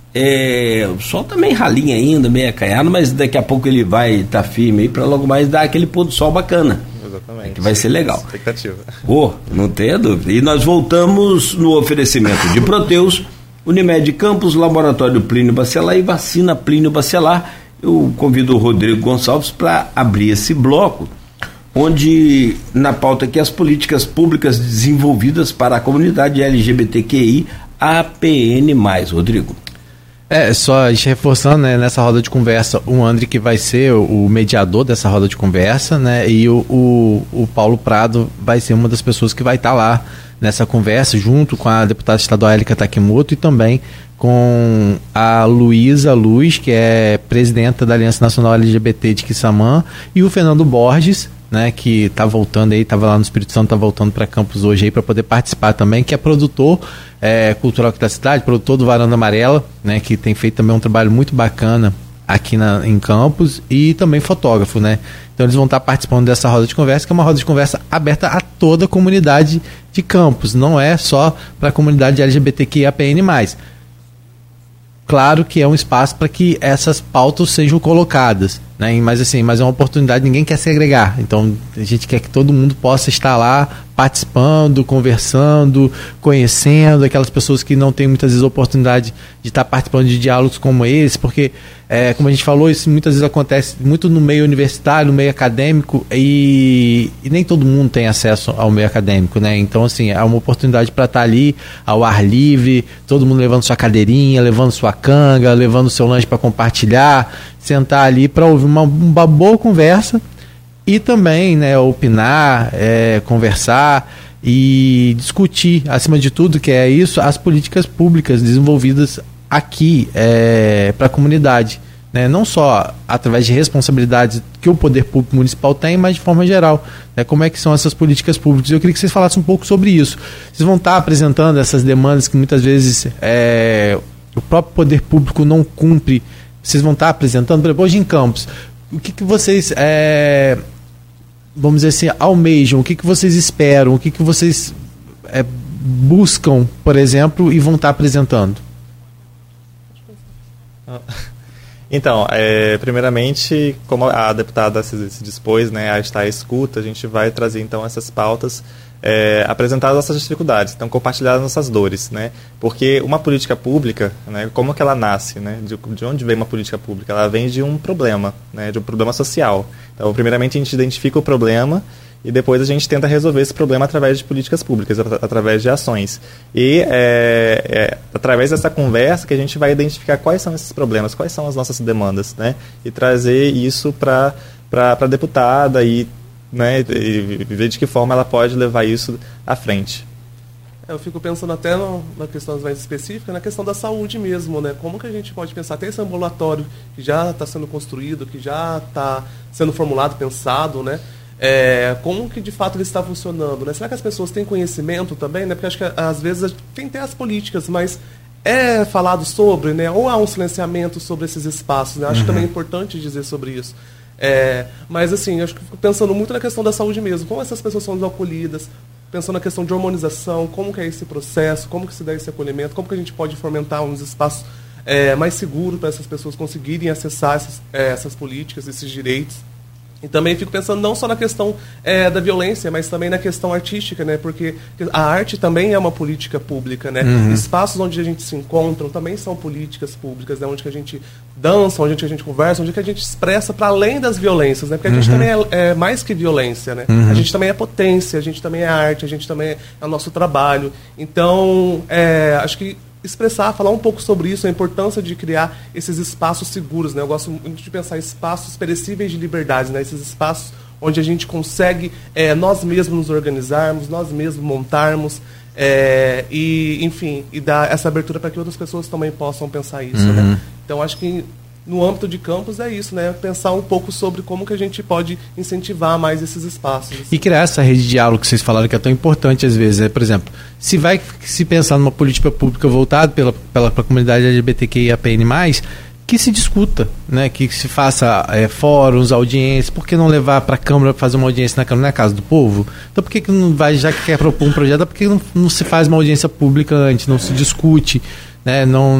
[SPEAKER 2] o sol tá meio ralinho ainda, meio acanhado, mas daqui a pouco ele vai estar firme aí, para logo mais dar aquele pôr do sol bacana.
[SPEAKER 3] Exatamente.
[SPEAKER 2] Que vai ser legal.
[SPEAKER 3] Expectativa.
[SPEAKER 2] Não tenha dúvida. E nós voltamos no oferecimento de Proteus, Unimed Campos, Laboratório Plínio Bacelar e Vacina Plínio Bacelar. Eu convido o Rodrigo Gonçalves para abrir esse bloco, onde na pauta aqui as políticas públicas desenvolvidas para a comunidade LGBTQI APN+. Rodrigo.
[SPEAKER 5] Só a gente reforçando, né, nessa roda de conversa, o André que vai ser o mediador dessa roda de conversa, né, e o Paulo Prado vai ser uma das pessoas que vai estar lá nessa conversa, junto com a deputada estadual Élica Takimoto e também com a Luísa Luz, que é presidenta da Aliança Nacional LGBT de Quissamã, e o Fernando Borges, né, que está voltando aí, estava lá no Espírito Santo, está voltando para Campos hoje aí para poder participar também, que é produtor cultural aqui da cidade, produtor do Varanda Amarela, né, que tem feito também um trabalho muito bacana aqui em Campos, e também fotógrafo, né? Então eles vão estar participando dessa roda de conversa, que é uma roda de conversa aberta a toda a comunidade de Campos, não é só para a comunidade LGBTQIAPN+. Claro que é um espaço para que essas pautas sejam colocadas, né? Mas é uma oportunidade, ninguém quer segregar, então a gente quer que todo mundo possa estar lá participando, conversando, conhecendo aquelas pessoas que não têm muitas vezes oportunidade de estar participando de diálogos como esse, porque como a gente falou, isso muitas vezes acontece muito no meio universitário, no meio acadêmico, e nem todo mundo tem acesso ao meio acadêmico, né? Então é uma oportunidade para estar ali ao ar livre, todo mundo levando sua cadeirinha, levando sua canga, levando seu lanche para compartilhar, sentar ali para ouvir uma boa conversa e também, né, opinar, conversar e discutir, acima de tudo, que é isso, as políticas públicas desenvolvidas aqui para a comunidade, né? Não só através de responsabilidades que o poder público municipal tem, mas de forma geral, né? Como é que são essas políticas públicas. Eu queria que vocês falassem um pouco sobre isso. Vocês vão estar apresentando essas demandas que muitas vezes o próprio poder público não cumpre. Vocês vão estar apresentando, por exemplo, hoje em Campos, o que vocês vamos dizer assim, almejam, o que vocês esperam, o que vocês buscam, por exemplo, e vão estar apresentando?
[SPEAKER 3] Então, primeiramente, como a deputada se dispôs, né, a estar à escuta, a gente vai trazer então essas pautas, apresentar as nossas dificuldades, então compartilhar as nossas dores, né? Porque uma política pública, né, como que ela nasce, né? De onde vem uma política pública? Ela vem de um problema, né, de um problema social. Então, primeiramente a gente identifica o problema e depois a gente tenta resolver esse problema através de políticas públicas, através de ações. E através dessa conversa que a gente vai identificar quais são esses problemas, quais são as nossas demandas, né? E trazer isso para a deputada e ver de que forma ela pode levar isso à frente.
[SPEAKER 4] Eu fico pensando até na questão mais específica, na questão da saúde mesmo, né? Como que a gente pode pensar, até esse ambulatório que já está sendo construído, que já está sendo formulado, pensado, né? Como que de fato ele está funcionando, né? Será que as pessoas têm conhecimento também, né? Porque acho que às vezes tem até as políticas, mas é falado sobre, né? Ou há um silenciamento sobre esses espaços, né? Acho que também é importante dizer sobre isso. Mas assim, eu fico pensando muito na questão da saúde mesmo, como essas pessoas são desacolhidas, pensando na questão de hormonização, como que é esse processo, como que se dá esse acolhimento, como que a gente pode fomentar uns espaços mais seguros para essas pessoas conseguirem acessar essas políticas, esses direitos. E também fico pensando não só na questão da violência, mas também na questão artística, né? Porque a arte também é uma política pública, né? Espaços onde a gente se encontra também são políticas públicas, né? Onde que a gente dança, onde que a gente conversa, onde que a gente expressa para além das violências, né? Porque a gente também é mais que violência, né? A gente também é potência, a gente também é arte, a gente também é o nosso trabalho. Então, acho que expressar, falar um pouco sobre isso, a importância de criar esses espaços seguros, né? Eu gosto muito de pensar espaços perecíveis de liberdade, né? Esses espaços onde a gente consegue nós mesmos nos organizarmos, nós mesmos montarmos e dar essa abertura para que outras pessoas também possam pensar isso, né? Então acho que no âmbito de campus é isso, né? Pensar um pouco sobre como que a gente pode incentivar mais esses espaços. Assim.
[SPEAKER 5] E criar essa rede de diálogo que vocês falaram que é tão importante às vezes, né? Por exemplo, se pensar numa política pública voltada pela comunidade LGBTQIAPN+, que se discuta, né? Que se faça fóruns, audiências. Por que não levar para a Câmara para fazer uma audiência na Câmara, na Casa do Povo? Então por que não vai, já que quer propor um projeto, por que não se faz uma audiência pública antes, não se discute, né?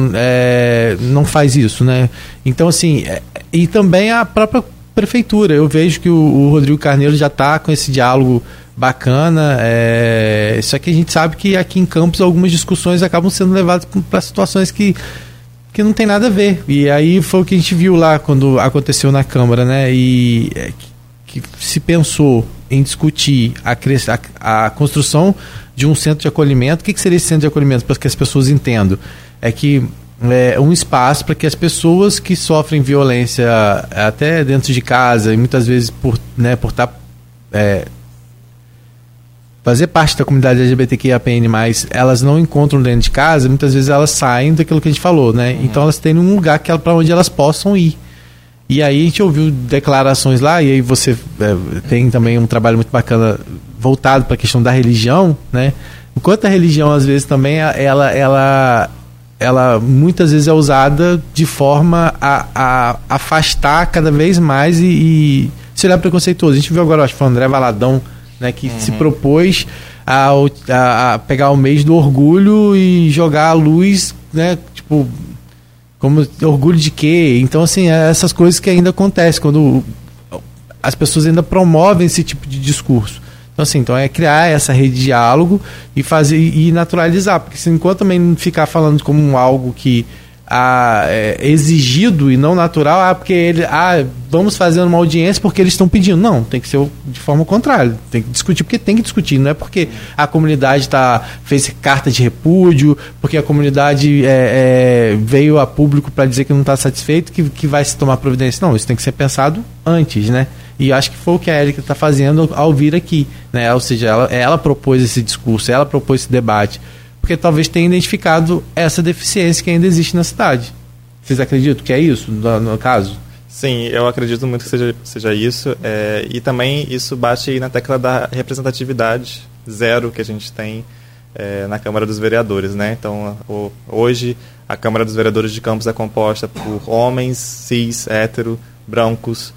[SPEAKER 5] Não faz isso, né? Então assim, e também a própria prefeitura, eu vejo que o Rodrigo Carneiro já está com esse diálogo bacana, só que a gente sabe que aqui em Campos algumas discussões acabam sendo levadas para situações que não tem nada a ver, e aí foi o que a gente viu lá quando aconteceu na Câmara, né? E que se pensou em discutir a construção de um centro de acolhimento. O que seria esse centro de acolhimento, para que as pessoas entendam? É que um espaço para que as pessoas que sofrem violência até dentro de casa, e muitas vezes por estar fazer parte da comunidade LGBTQIAPN+, elas não encontram dentro de casa, muitas vezes elas saem daquilo que a gente falou, né? Então elas têm um lugar para onde elas possam ir. E aí a gente ouviu declarações lá, e aí você tem também um trabalho muito bacana voltado para a questão da religião, né? Enquanto a religião, às vezes, também ela muitas vezes é usada de forma a afastar cada vez mais e esse olhar preconceituoso. A gente viu agora, acho que foi o André Valadão, né, que se propôs a pegar o mês do orgulho e jogar a luz, né, tipo, como orgulho de quê? Então, assim, essas coisas que ainda acontecem quando as pessoas ainda promovem esse tipo de discurso. Então, assim, é criar essa rede de diálogo e fazer e naturalizar, porque se enquanto também ficar falando como algo que é exigido e não natural, porque vamos fazer uma audiência porque eles estão pedindo. Não, tem que ser de forma contrária. Tem que discutir porque tem que discutir. Não é porque a comunidade fez carta de repúdio, porque a comunidade veio a público para dizer que não está satisfeito que vai se tomar providência. Não, isso tem que ser pensado antes, né? E acho que foi o que a Érica está fazendo ao vir aqui, né? Ou seja, ela propôs esse discurso, ela propôs esse debate, porque talvez tenha identificado essa deficiência que ainda existe na cidade. Vocês acreditam que é isso, no caso?
[SPEAKER 3] Sim, eu acredito muito que seja isso. E também isso bate aí na tecla da representatividade zero que a gente tem na Câmara dos Vereadores, né? Então, hoje, a Câmara dos Vereadores de Campos é composta por homens, cis, hétero, brancos,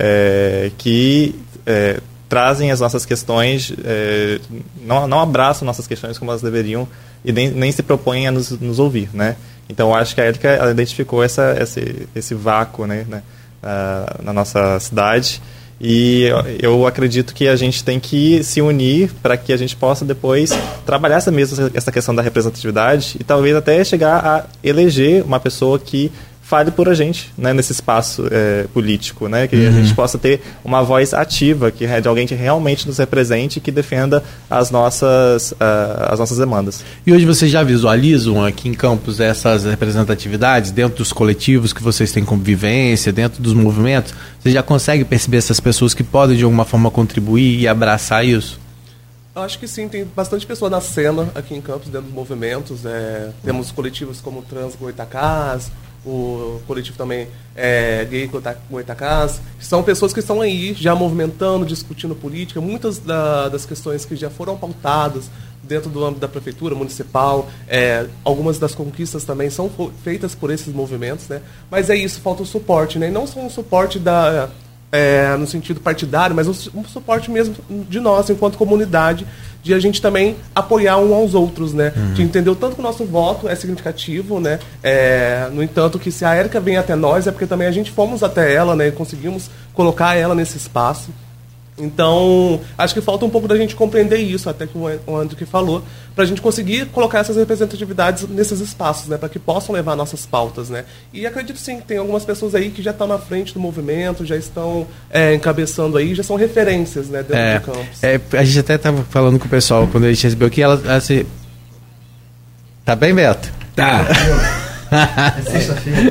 [SPEAKER 3] que trazem as nossas questões, não abraçam nossas questões como elas deveriam e nem se propõem a nos ouvir, né? Então, eu acho que a Érica ela identificou esse vácuo, né, na nossa cidade, e eu acredito que a gente tem que se unir para que a gente possa depois trabalhar essa questão da representatividade e talvez até chegar a eleger uma pessoa que fale por a gente, né, nesse espaço político, né, que a gente possa ter uma voz ativa, de alguém que realmente nos represente e que defenda as nossas demandas.
[SPEAKER 5] E hoje vocês já visualizam aqui em Campos essas representatividades dentro dos coletivos que vocês têm convivência, dentro dos movimentos? Vocês já conseguem perceber essas pessoas que podem de alguma forma contribuir e abraçar isso?
[SPEAKER 4] Eu acho que sim, tem bastante pessoa na cena aqui em Campos, dentro dos movimentos. Temos coletivos como Trans Goitacás, o coletivo também Gay Goitacás, são pessoas que estão aí já movimentando, discutindo política, muitas das questões que já foram pautadas dentro do âmbito da prefeitura municipal, algumas das conquistas também são feitas por esses movimentos, né? Mas é isso, falta o suporte, né? E não só um suporte no sentido partidário, mas um suporte mesmo de nós, enquanto comunidade, de a gente também apoiar uns aos outros, né? De entender o tanto que o nosso voto é significativo, né? No entanto, que se a Érica vem até nós, é porque também a gente fomos até ela, né? E conseguimos colocar ela nesse espaço. Então, acho que falta um pouco da gente compreender isso, até que o André que falou, para a gente conseguir colocar essas representatividades nesses espaços, né, para que possam levar nossas pautas, né. E acredito sim que tem algumas pessoas aí que já estão na frente do movimento, já estão encabeçando aí, já são referências, né, dentro de Campos.
[SPEAKER 5] A gente até estava falando com o pessoal quando a gente recebeu aqui, ela assim, tá bem, Beto?
[SPEAKER 2] Tá.
[SPEAKER 6] É sexta-feira.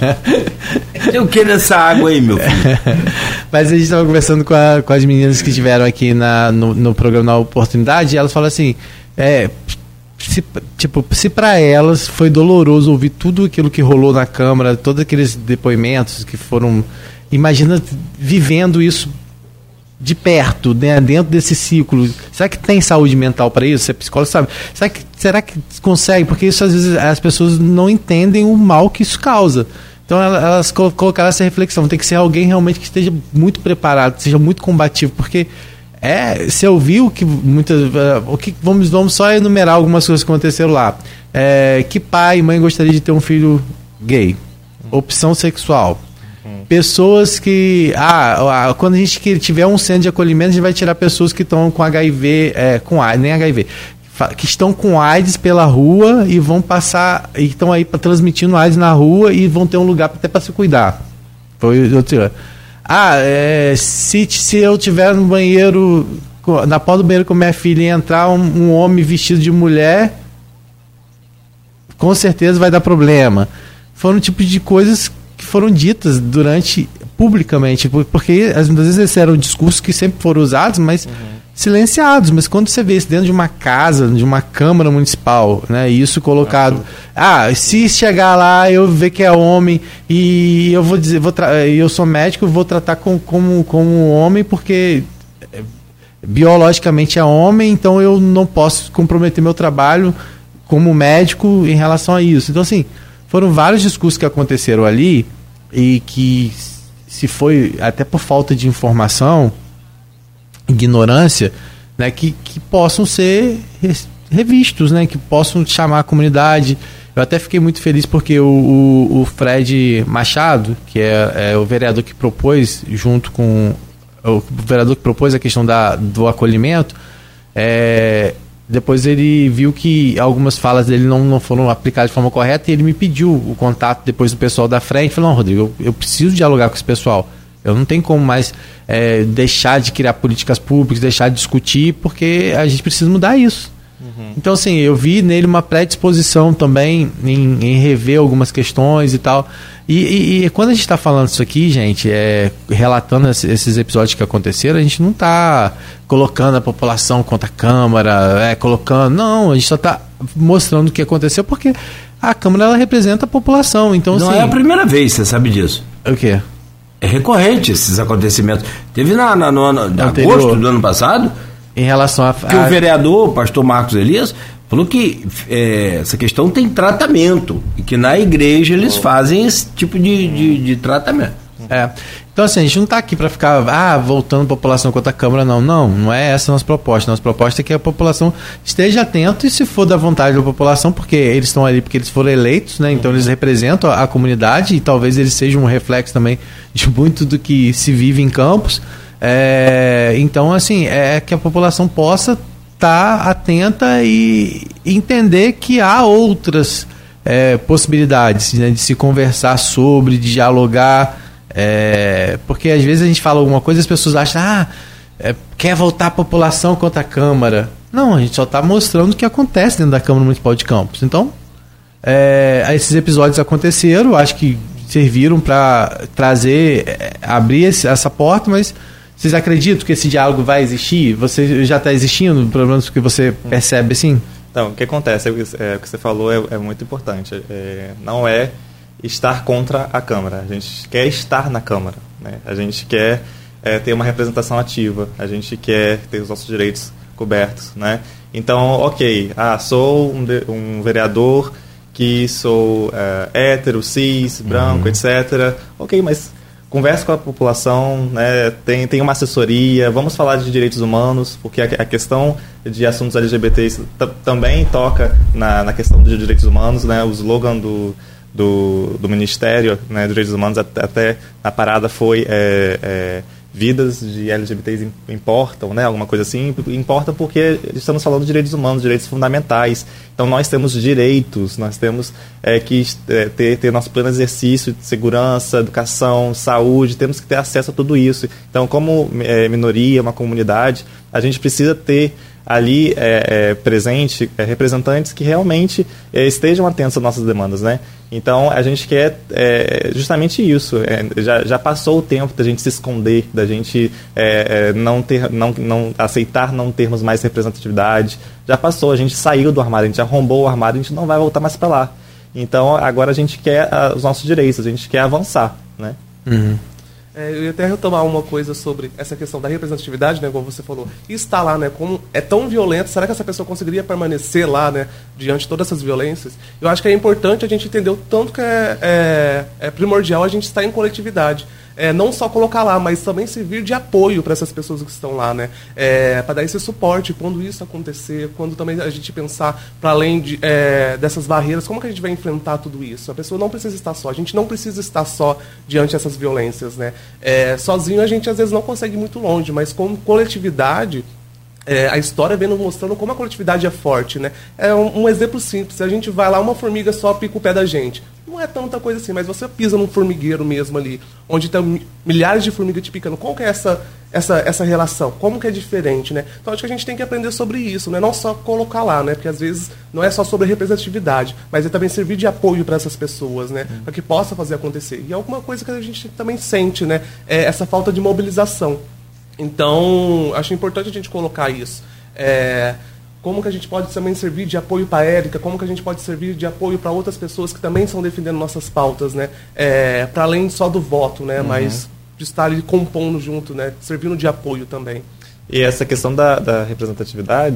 [SPEAKER 2] Eu quero essa água aí, meu filho.
[SPEAKER 5] Mas a gente estava conversando com as meninas que estiveram aqui no programa Na Oportunidade, e elas falam assim, se para elas foi doloroso ouvir tudo aquilo que rolou na Câmara, todos aqueles depoimentos que foram, imagina vivendo isso de perto, né, dentro desse ciclo. Será que tem saúde mental para isso? Você é psicólogo, sabe? Será que consegue? Porque isso às vezes as pessoas não entendem o mal que isso causa. Então elas colocaram essa reflexão. Tem que ser alguém realmente que esteja muito preparado, que seja muito combativo, porque você ouviu que vamos só enumerar algumas coisas que aconteceram lá. Que pai e mãe gostaria de ter um filho gay? Opção sexual. Pessoas que... quando a gente tiver um centro de acolhimento, a gente vai tirar pessoas que estão com HIV, com AIDS, nem HIV, que estão com AIDS pela rua e vão passar, e estão aí transmitindo AIDS na rua e vão ter um lugar até para se cuidar. Se eu tiver no banheiro, na porta do banheiro com minha filha e entrar um homem vestido de mulher, com certeza vai dar problema. Foram um tipo de coisas que foram ditas publicamente, porque muitas vezes esses eram discursos que sempre foram usados, mas silenciados. Mas quando você vê isso dentro de uma casa, de uma Câmara Municipal, né, isso colocado, se chegar lá eu ver que é homem e eu vou dizer, eu sou médico, vou tratar como homem porque biologicamente é homem, então eu não posso comprometer meu trabalho como médico em relação a isso. Então, assim, foram vários discursos que aconteceram ali e que se foi até por falta de informação, ignorância, né, que possam ser revistos, né, que possam chamar a comunidade. Eu até fiquei muito feliz porque o Fred Machado, que é o vereador que propôs, junto com o vereador que propôs a questão do acolhimento, depois ele viu que algumas falas dele não foram aplicadas de forma correta e ele me pediu o contato depois do pessoal da frente. Falou: não, Rodrigo, eu preciso dialogar com esse pessoal. Eu não tenho como mais deixar de criar políticas públicas, deixar de discutir, porque a gente precisa mudar isso. Então, assim, eu vi nele uma predisposição também em rever algumas questões e tal. E quando a gente está falando isso aqui, gente, relatando esses episódios que aconteceram, a gente não está colocando a população contra a Câmara, não, a gente só está mostrando o que aconteceu, porque a Câmara, ela representa a população. Então,
[SPEAKER 2] não
[SPEAKER 5] assim,
[SPEAKER 2] é a primeira vez, você sabe disso.
[SPEAKER 5] O quê?
[SPEAKER 2] É recorrente esses acontecimentos. Teve no ano de agosto do ano passado,
[SPEAKER 5] em relação
[SPEAKER 2] que o vereador, o pastor Marcos Elias, falou que essa questão tem tratamento e que na igreja eles fazem esse tipo de tratamento.
[SPEAKER 5] Então, assim, a gente não está aqui para ficar voltando a população contra a Câmara, não é essa a nossa proposta. Nossa proposta é que a população esteja atenta e, se for da vontade da população, porque eles estão ali porque eles foram eleitos, né? Então eles representam a comunidade e talvez eles sejam um reflexo também de muito do que se vive em Campos. Então, assim, que a população possa estar atenta e entender que há outras possibilidades, né, de se conversar sobre, de dialogar, porque às vezes a gente fala alguma coisa e as pessoas acham, quer voltar a população contra a Câmara. Não, a gente só está mostrando o que acontece dentro da Câmara Municipal de Campos. Então, esses episódios aconteceram, acho que serviram para abrir essa porta, mas vocês acreditam que esse diálogo vai existir? Você já está existindo, pelo menos o que você percebe assim?
[SPEAKER 3] Então, o que acontece, o que você falou é muito importante. Não é estar contra a Câmara. A gente quer estar na Câmara, né? A gente quer ter uma representação ativa. A gente quer ter os nossos direitos cobertos, né? Então, ok, sou um vereador que sou hétero, cis, branco, etc. Ok, mas converse com a população, né? Tem uma assessoria, vamos falar de direitos humanos, porque a questão de assuntos LGBTs também toca na questão de direitos humanos, né? O slogan do Ministério, né, dos Direitos Humanos até na parada foi vidas de LGBTs importam, né? Alguma coisa assim, importa porque estamos falando de direitos humanos, direitos fundamentais. Então nós temos direitos, nós temos que ter nosso pleno exercício de segurança, educação, saúde, temos que ter acesso a tudo isso. Então, como minoria, uma comunidade, a gente precisa ter ali presente representantes que realmente estejam atentos às nossas demandas, né? Então a gente quer justamente isso. Já passou o tempo da gente se esconder, da gente não aceitar não termos mais representatividade. Já passou, a gente saiu do armário, a gente arrombou o armário, a gente não vai voltar mais para lá. Então agora a gente quer os nossos direitos, a gente quer avançar, né?
[SPEAKER 5] Uhum.
[SPEAKER 4] Eu ia até retomar uma coisa sobre essa questão da representatividade, né, como você falou, e estar lá, né, como é tão violento, será que essa pessoa conseguiria permanecer lá, né, diante de todas essas violências? Eu acho que é importante a gente entender o tanto que é primordial a gente estar em coletividade. Não só colocar lá, mas também servir de apoio para essas pessoas que estão lá, né? Para dar esse suporte quando isso acontecer, quando também a gente pensar para além dessas barreiras, como que a gente vai enfrentar tudo isso? A pessoa não precisa estar só, a gente não precisa estar só diante dessas violências, né? Sozinho a gente às vezes não consegue ir muito longe, mas com coletividade, a história vem nos mostrando como a coletividade é forte, né? Um exemplo simples, a gente vai lá, uma formiga só pica o pé da gente. Não é tanta coisa assim, mas você pisa num formigueiro mesmo ali, onde tem milhares de formigas te picando. Qual que é essa relação? Como que é diferente, né? Então acho que a gente tem que aprender sobre isso, né? Não só colocar lá, né? Porque às vezes não é só sobre representatividade, mas é também servir de apoio para essas pessoas, né? Para que possa fazer acontecer. E alguma coisa que a gente também sente, né? Essa falta de mobilização. Então, acho importante a gente colocar isso. Como que a gente pode também servir de apoio para a Érica, como que a gente pode servir de apoio para outras pessoas que também estão defendendo nossas pautas, né? Para além só do voto, né? Mas de estar ali compondo junto, né? Servindo de apoio também.
[SPEAKER 3] E essa questão da representatividade,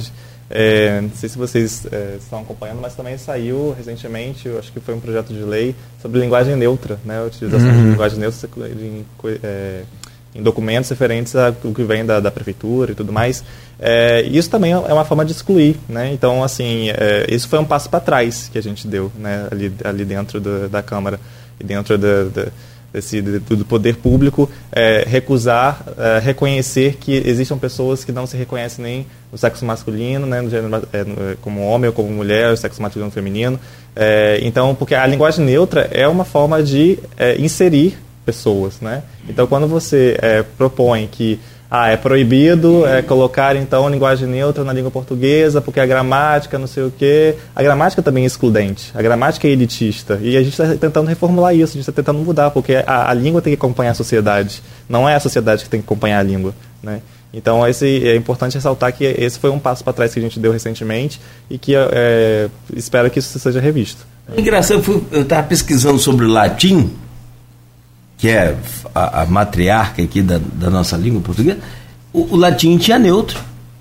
[SPEAKER 3] Não sei se vocês estão acompanhando, mas também saiu recentemente, eu acho que foi um projeto de lei sobre linguagem neutra, né? A utilização de linguagem neutra em documentos referentes ao que vem da prefeitura e tudo mais. Isso também é uma forma de excluir, né? Então, assim, isso foi um passo para trás que a gente deu, né? ali dentro da Câmara e dentro do poder público, recusar, reconhecer que existam pessoas que não se reconhecem nem no sexo masculino, né, no gênero, como homem ou como mulher, o sexo masculino ou feminino. Então, porque a linguagem neutra é uma forma de inserir pessoas, né? Então, quando você propõe que é proibido colocar, então, linguagem neutra na língua portuguesa, porque a gramática, não sei o quê. A gramática também é excludente, a gramática é elitista. E a gente está tentando reformular isso, a gente está tentando mudar, porque a língua tem que acompanhar a sociedade, não é a sociedade que tem que acompanhar a língua, né? Então, é importante ressaltar que esse foi um passo para trás que a gente deu recentemente e que espero que isso seja revisto.
[SPEAKER 2] É engraçado, eu estava pesquisando sobre o latim, que é a matriarca aqui da nossa língua portuguesa. O latim tinha neutro.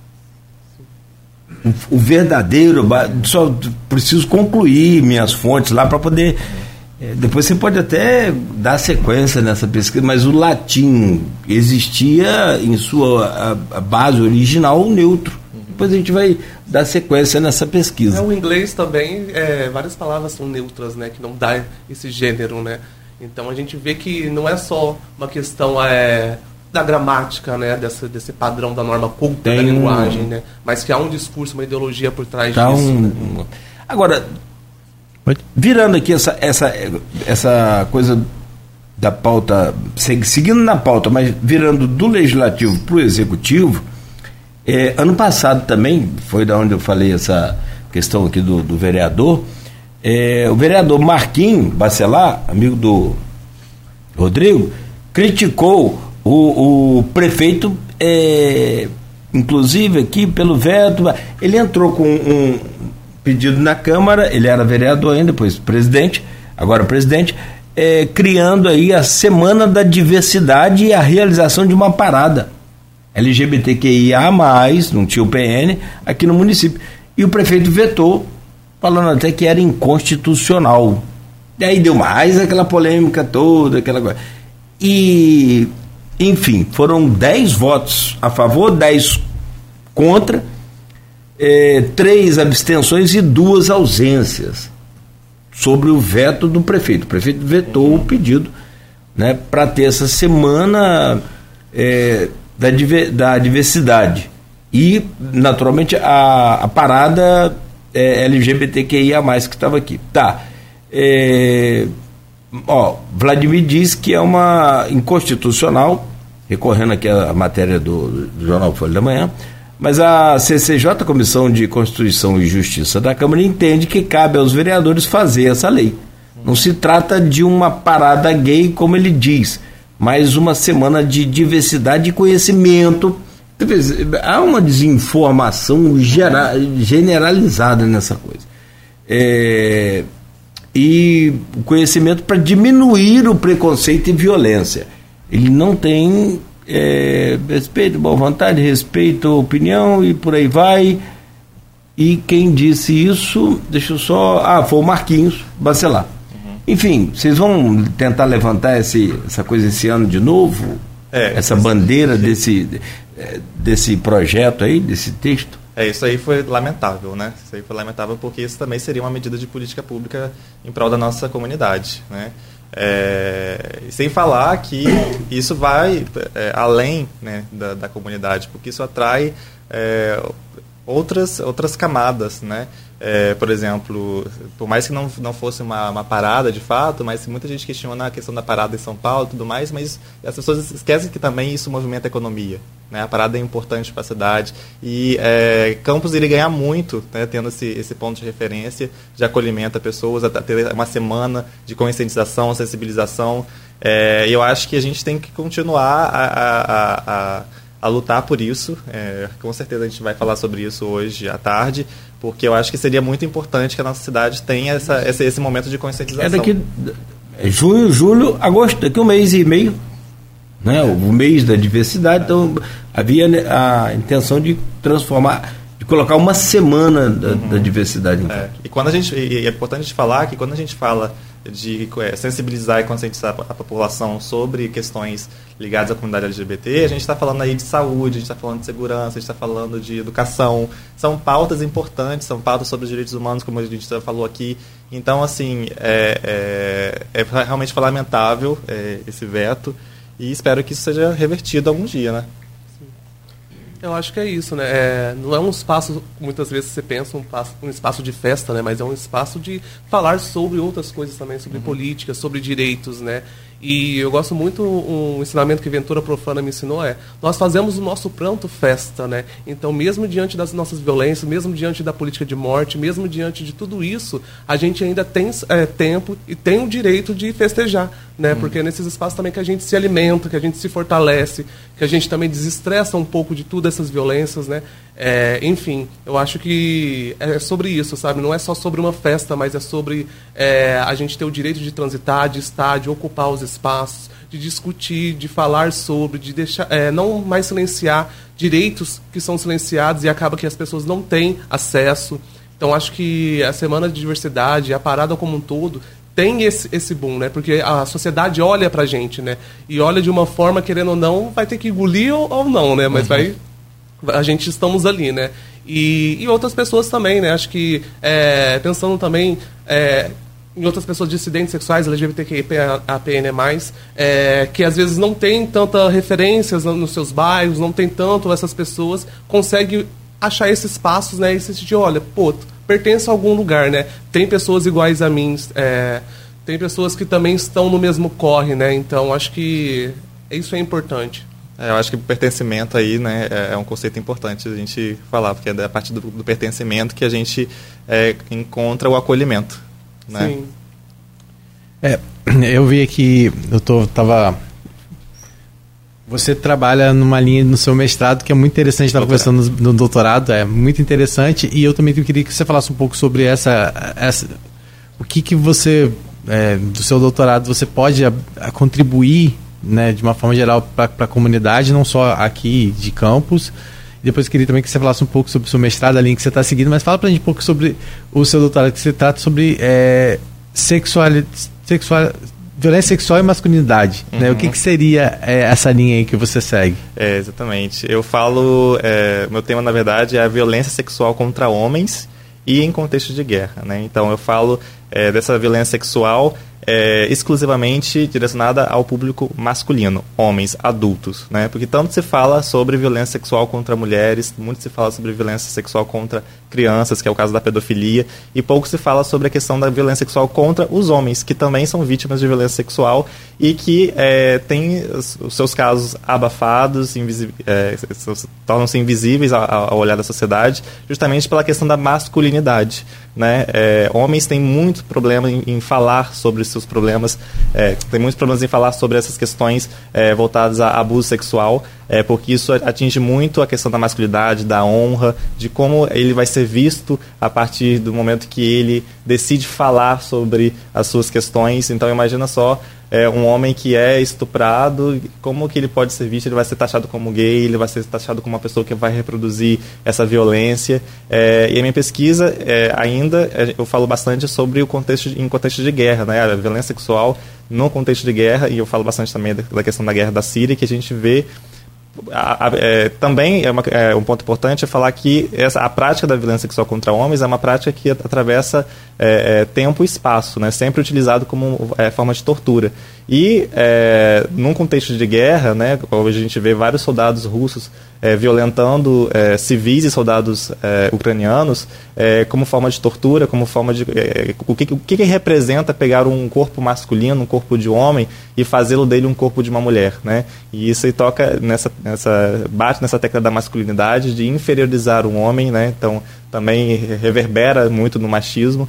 [SPEAKER 2] O verdadeiro, só preciso concluir minhas fontes lá para poder... depois você pode até dar sequência nessa pesquisa, mas o latim existia em sua a base original neutro. Depois a gente vai dar sequência nessa pesquisa.
[SPEAKER 4] O inglês também, várias palavras são neutras, né, que não dá esse gênero, né? Então a gente vê que não é só uma questão da gramática, né, desse padrão da norma culta da linguagem, né, mas que há um discurso, uma ideologia por trás disso. Né?
[SPEAKER 2] Agora, virando aqui essa coisa da pauta, seguindo na pauta, mas virando do legislativo para o executivo, ano passado também, foi da onde eu falei essa questão aqui do vereador. O vereador Marquinhos Bacelar, amigo do Rodrigo, criticou o prefeito, inclusive aqui pelo veto. Ele entrou com um pedido na Câmara, ele era vereador ainda, depois presidente, agora presidente, criando aí a Semana da Diversidade e a realização de uma parada LGBTQIA+, não tinha o PN, aqui no município. E o prefeito vetou, falando até que era inconstitucional. E aí deu mais aquela polêmica toda, aquela coisa. E, enfim, foram 10 votos a favor, 10 contra, 3 abstenções e 2 ausências sobre o veto do prefeito. O prefeito vetou o pedido, né, para ter essa semana da diversidade. E, naturalmente, a parada LGBTQIA+, que estava aqui. Vladimir diz que é uma inconstitucional, recorrendo aqui à matéria do jornal Folha da Manhã, mas a CCJ, Comissão de Constituição e Justiça da Câmara, entende que cabe aos vereadores fazer essa lei. Não se trata de uma parada gay, como ele diz, mas uma semana de diversidade e conhecimento. Há uma desinformação generalizada nessa coisa. E o conhecimento para diminuir o preconceito e violência. Ele não tem respeito, boa vontade, respeito à opinião e por aí vai. E quem disse isso, deixa eu só... foi o Marquinhos Bacelar. Enfim, vocês vão tentar levantar essa coisa esse ano de novo? Essa bandeira desse projeto aí, desse texto?
[SPEAKER 3] Isso aí foi lamentável, né? Isso aí foi lamentável porque isso também seria uma medida de política pública em prol da nossa comunidade, né? Sem falar que isso vai além, né, da comunidade, porque isso atrai outras camadas, né? Por exemplo, por mais que não fosse uma parada de fato, mas muita gente questiona a questão da parada em São Paulo e tudo mais, mas as pessoas esquecem que também isso movimenta a economia, né? A parada é importante para a cidade e Campos iria ganhar muito, né, tendo esse ponto de referência, de acolhimento a pessoas, a ter uma semana de conscientização, sensibilização. E eu acho que a gente tem que continuar a lutar por isso. Com certeza a gente vai falar sobre isso hoje à tarde, porque eu acho que seria muito importante que a nossa cidade tenha esse momento de conscientização.
[SPEAKER 2] Daqui junho, julho, agosto, daqui um mês e meio, né? O mês da diversidade. Então havia a intenção de transformar, de colocar uma semana da diversidade em campo.
[SPEAKER 3] E quando é importante a gente falar que quando a gente fala de sensibilizar e conscientizar a população sobre questões ligadas à comunidade LGBT, a gente está falando aí de saúde, a gente está falando de segurança, a gente está falando de educação, são pautas importantes, são pautas sobre os direitos humanos, como a gente já falou aqui. Então, assim, é realmente lamentável esse veto, e espero que isso seja revertido algum dia, né?
[SPEAKER 4] Eu acho que é isso, né? Não é um espaço, muitas vezes você pensa, um espaço de festa, né? Mas é um espaço de falar sobre outras coisas também, sobre política, sobre direitos, né? E eu gosto muito, um ensinamento que Ventura Profana me ensinou nós fazemos o nosso pranto festa, né? Então, mesmo diante das nossas violências, mesmo diante da política de morte, mesmo diante de tudo isso, a gente ainda tem tempo e tem o direito de festejar, né? Porque é nesses espaços também que a gente se alimenta, que a gente se fortalece, que a gente também desestressa um pouco de tudo essas violências, né? Enfim, eu acho que é sobre isso, sabe? Não é só sobre uma festa, mas é sobre a gente ter o direito de transitar, de estar, de ocupar os espaços, de discutir, de falar sobre, de deixar, não mais silenciar direitos que são silenciados e acaba que as pessoas não têm acesso. Então, acho que a Semana de Diversidade, a parada como um todo, tem esse boom, né? Porque a sociedade olha pra gente, né? E olha de uma forma, querendo ou não, vai ter que engolir ou não, né? Mas a gente estamos ali, né? E outras pessoas também, né? Acho que, pensando também em outras pessoas dissidentes sexuais, LGBTQIA+, que às vezes não tem tanta referências nos seus bairros, não tem tanto essas pessoas, conseguem achar esses espaços, né? E se sentir, olha, pô, pertence a algum lugar, né? Tem pessoas iguais a mim, tem pessoas que também estão no mesmo corre, né? Então, acho que isso é importante.
[SPEAKER 3] Eu acho que o pertencimento aí, né, é um conceito importante a gente falar, porque é a partir do pertencimento que a gente encontra o acolhimento, né?
[SPEAKER 5] Sim. Eu vi aqui, você trabalha numa linha no seu mestrado que é muito interessante, estava conversando no doutorado, é muito interessante, e eu também queria que você falasse um pouco sobre o que você, do seu doutorado, você pode contribuir, né, de uma forma geral para a comunidade, não só aqui de Campos. Depois eu queria também que você falasse um pouco sobre o seu mestrado, a linha que você está seguindo, mas fala para a gente um pouco sobre o seu doutorado, que você trata sobre violência sexual e masculinidade, né? O que seria essa linha aí que você segue?
[SPEAKER 3] Exatamente. Eu falo, meu tema na verdade é a violência sexual contra homens e em contexto de guerra, né? Então eu falo dessa violência sexual exclusivamente direcionada ao público masculino, homens, adultos, né? Porque tanto se fala sobre violência sexual contra mulheres, muito se fala sobre violência sexual contra crianças, que é o caso da pedofilia, e pouco se fala sobre a questão da violência sexual contra os homens, que também são vítimas de violência sexual e que têm os seus casos abafados, tornam-se invisíveis ao olhar da sociedade, justamente pela questão da masculinidade, né? Homens têm muito problema em falar sobre seus problemas, tem muitos problemas em falar sobre essas questões voltadas a abuso sexual, porque isso atinge muito a questão da masculinidade, da honra, de como ele vai ser visto a partir do momento que ele decide falar sobre as suas questões. Então imagina só, um homem que é estuprado, como que ele pode ser visto? Ele vai ser taxado como gay, ele vai ser taxado como uma pessoa que vai reproduzir essa violência. E a minha pesquisa, ainda, eu falo bastante sobre o contexto de guerra, né? A violência sexual no contexto de guerra, e eu falo bastante também da questão da guerra da Síria, que a gente vê. Também um ponto importante é falar que a prática da violência sexual contra homens é uma prática que atravessa tempo e espaço, né? Sempre utilizado como forma de tortura. E num contexto de guerra, né, hoje a gente vê vários soldados russos violentando civis e soldados ucranianos como forma de tortura, como forma de... O que representa pegar um corpo masculino, um corpo de homem, e fazê-lo dele um corpo de uma mulher, né? E isso aí toca bate nessa tecla da masculinidade, de inferiorizar o homem, né? Então também reverbera muito no machismo,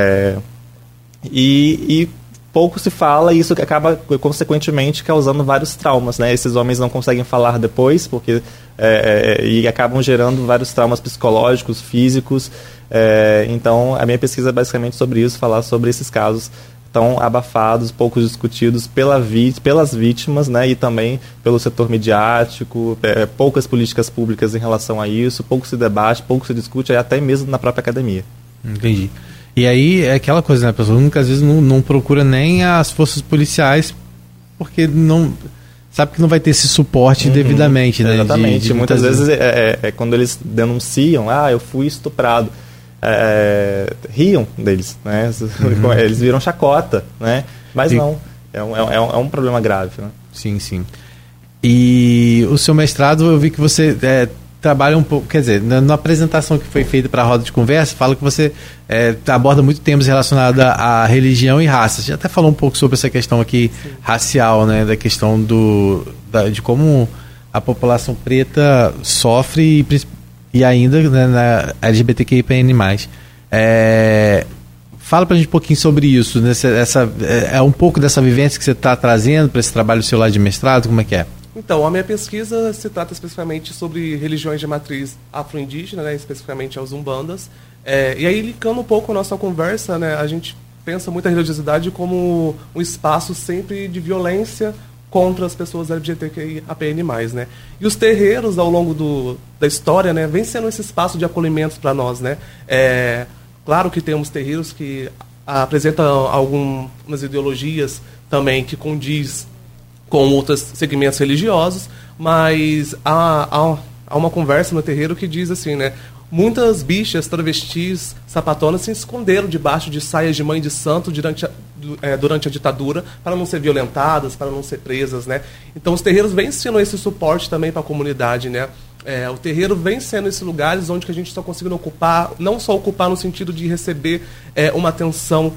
[SPEAKER 3] e pouco se fala, e isso acaba consequentemente causando vários traumas, né? Esses homens não conseguem falar depois, porque e acabam gerando vários traumas psicológicos, físicos. Então a minha pesquisa é basicamente sobre isso, falar sobre esses casos estão abafados, pouco discutidos pelas vítimas, né, e também pelo setor midiático, poucas políticas públicas em relação a isso, pouco se debate, pouco se discute, até mesmo na própria academia.
[SPEAKER 5] Entendi. E aí é aquela coisa, né, a pessoa muitas vezes não procura nem as forças policiais, porque não sabe que não vai ter esse suporte devidamente, né?
[SPEAKER 3] Exatamente. Muitas vezes quando eles denunciam, eu fui estuprado, riam deles, né? Eles viram chacota, né? Mas
[SPEAKER 5] Sim.
[SPEAKER 3] não, é um problema grave, né?
[SPEAKER 5] Sim, sim. E o seu mestrado, eu vi que você trabalha um pouco, quer dizer, na apresentação que foi feita para a roda de conversa, fala que você aborda muito temas relacionados à religião e raça. Você já até falou um pouco sobre essa questão aqui racial, né, da questão de como a população preta sofre e ainda, né, na LGBTQIAPN+. Fala pra gente um pouquinho sobre isso, né? Um pouco dessa vivência que você está trazendo para esse trabalho seu lá de mestrado, como é que é?
[SPEAKER 4] Então, a minha pesquisa se trata especificamente sobre religiões de matriz afro-indígena, né, especificamente as umbandas. E aí, linkando um pouco a nossa conversa, né, a gente pensa muito a religiosidade como um espaço sempre de violência contra as pessoas LGBTQIAPN+, né? E os terreiros, ao longo da história, né, vem sendo esse espaço de acolhimento para nós, né? Claro que temos terreiros que apresentam algumas ideologias também que condiz com outros segmentos religiosos, mas há uma conversa no terreiro que diz assim, né? Muitas bichas, travestis, sapatonas se esconderam debaixo de saias de mãe de santo durante a ditadura para não ser violentadas, para não ser presas, né? Então os terreiros vêm sendo esse suporte também para a comunidade, né? O terreiro vem sendo esses lugares onde que a gente está conseguindo ocupar, não só ocupar no sentido de receber uma atenção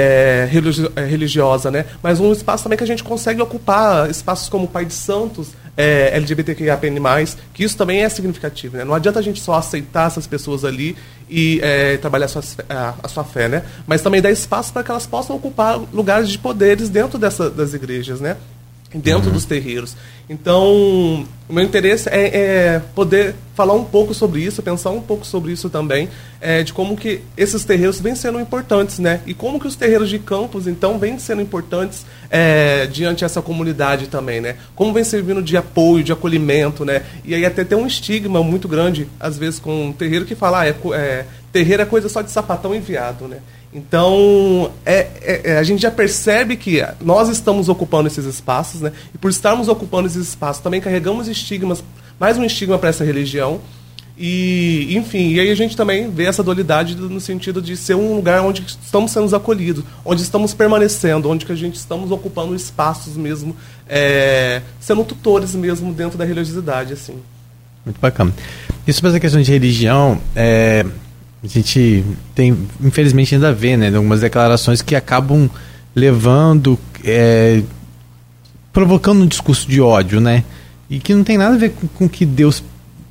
[SPEAKER 4] religiosa, né? Mas um espaço também que a gente consegue ocupar, espaços como Pai de Santos, LGBTQIAPN+, que isso também é significativo, né? Não adianta a gente só aceitar essas pessoas ali e trabalhar a sua fé, né? Mas também dar espaço para que elas possam ocupar lugares de poderes dentro das igrejas, né? Dentro dos terreiros. Então, o meu interesse é poder falar um pouco sobre isso, pensar um pouco sobre isso também, de como que esses terreiros vêm sendo importantes, né? E como que os terreiros de campos, então, vêm sendo importantes diante dessa comunidade também, né? Como vem servindo de apoio, de acolhimento, né? E aí até tem um estigma muito grande, às vezes, com um terreiro que fala, terreiro é coisa só de sapatão e viado, né? Então, a gente já percebe que nós estamos ocupando esses espaços, né? E por estarmos ocupando esses espaços, também carregamos estigmas, mais um estigma para essa religião. E, enfim, e aí a gente também vê essa dualidade no sentido de ser um lugar onde estamos sendo acolhidos, onde estamos permanecendo, onde que a gente estamos ocupando espaços mesmo, sendo tutores mesmo dentro da religiosidade, assim.
[SPEAKER 5] Muito bacana. E sobre essa questão de religião, a gente tem, infelizmente, ainda vê, né, algumas declarações que acabam levando, provocando um discurso de ódio, né, e que não tem nada a ver com o que Deus,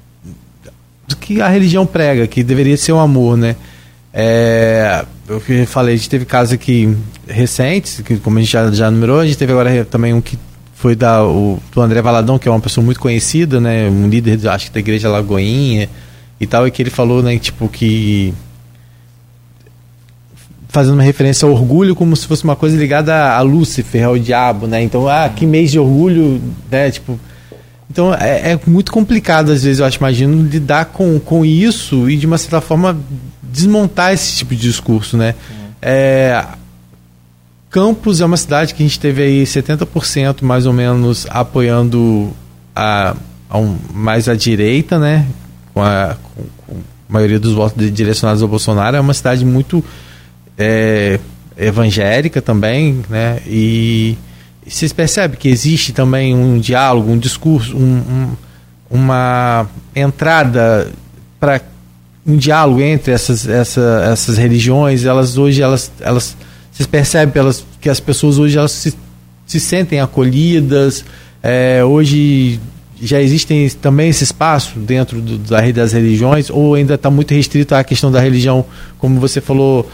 [SPEAKER 5] do que a religião prega, que deveria ser o amor, né. Eu falei, a gente teve casos aqui recentes, que como a gente já numerou, a gente teve agora também um que foi do André Valadão, que é uma pessoa muito conhecida, né, um líder, acho que da Igreja Lagoinha e tal, e que ele falou, né, tipo, que fazendo uma referência ao orgulho como se fosse uma coisa ligada a Lúcifer, ao diabo, né, então, que mês de orgulho, né, tipo, então é muito complicado às vezes, eu acho, imagino, lidar com isso e de uma certa forma desmontar esse tipo de discurso, né. Campos é uma cidade que a gente teve aí 70% mais ou menos apoiando mais à direita, né, com a maioria dos votos direcionados ao Bolsonaro. É uma cidade muito evangélica também, né? E vocês percebem que existe também um diálogo, um discurso, uma entrada para um diálogo entre essas religiões. Hoje vocês percebem que as pessoas hoje elas se sentem acolhidas. Hoje já existem também esse espaço dentro da rede das religiões, ou ainda está muito restrito à questão da religião, como você falou,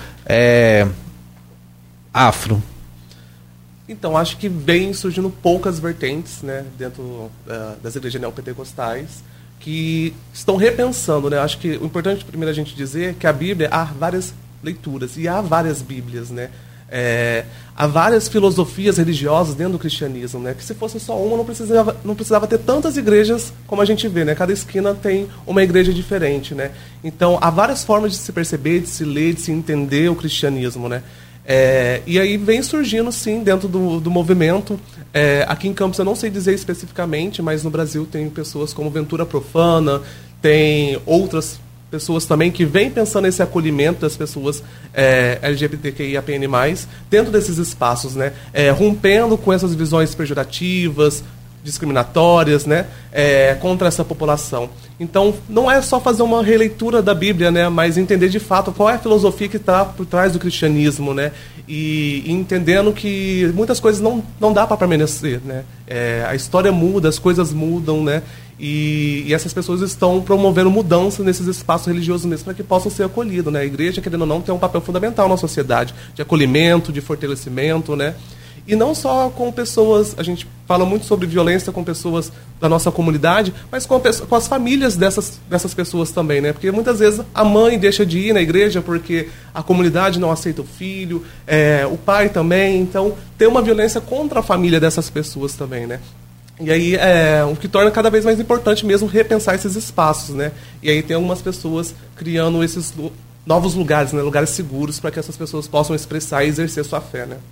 [SPEAKER 5] afro?
[SPEAKER 4] Então, acho que vem surgindo poucas vertentes, né, dentro das igrejas neopentecostais, que estão repensando, né? Acho que o importante primeiro a gente dizer é que a Bíblia há várias leituras e há várias Bíblias, né? Há várias filosofias religiosas dentro do cristianismo, né? Que se fosse só uma, não precisava ter tantas igrejas como a gente vê, né? Cada esquina tem uma igreja diferente, né? Então, há várias formas de se perceber, de se ler, de se entender o cristianismo, né? E aí vem surgindo, sim, dentro do movimento. Aqui em Campos eu não sei dizer especificamente, mas no Brasil tem pessoas como Ventura Profana, tem outras pessoas também que vêm pensando nesse acolhimento das pessoas LGBTQIAPN+, dentro desses espaços, né? Rompendo com essas visões pejorativas, discriminatórias, né? Contra essa população. Então, não é só fazer uma releitura da Bíblia, né? Mas entender de fato qual é a filosofia que está por trás do cristianismo, né? E entendendo que muitas coisas não dá para permanecer, né? A história muda, as coisas mudam, né? E essas pessoas estão promovendo mudança nesses espaços religiosos mesmo para que possam ser acolhidos, né? A igreja, querendo ou não, tem um papel fundamental na sociedade de acolhimento, de fortalecimento, né? E não só com pessoas, a gente fala muito sobre violência com pessoas da nossa comunidade, mas com as famílias dessas pessoas também, né? Porque muitas vezes a mãe deixa de ir na igreja porque a comunidade não aceita o filho, o pai também. Então, tem uma violência contra a família dessas pessoas também, né? E aí, o que torna cada vez mais importante mesmo repensar esses espaços, né? E aí tem algumas pessoas criando esses novos lugares, né? Lugares seguros para que essas pessoas possam expressar e exercer sua fé, né?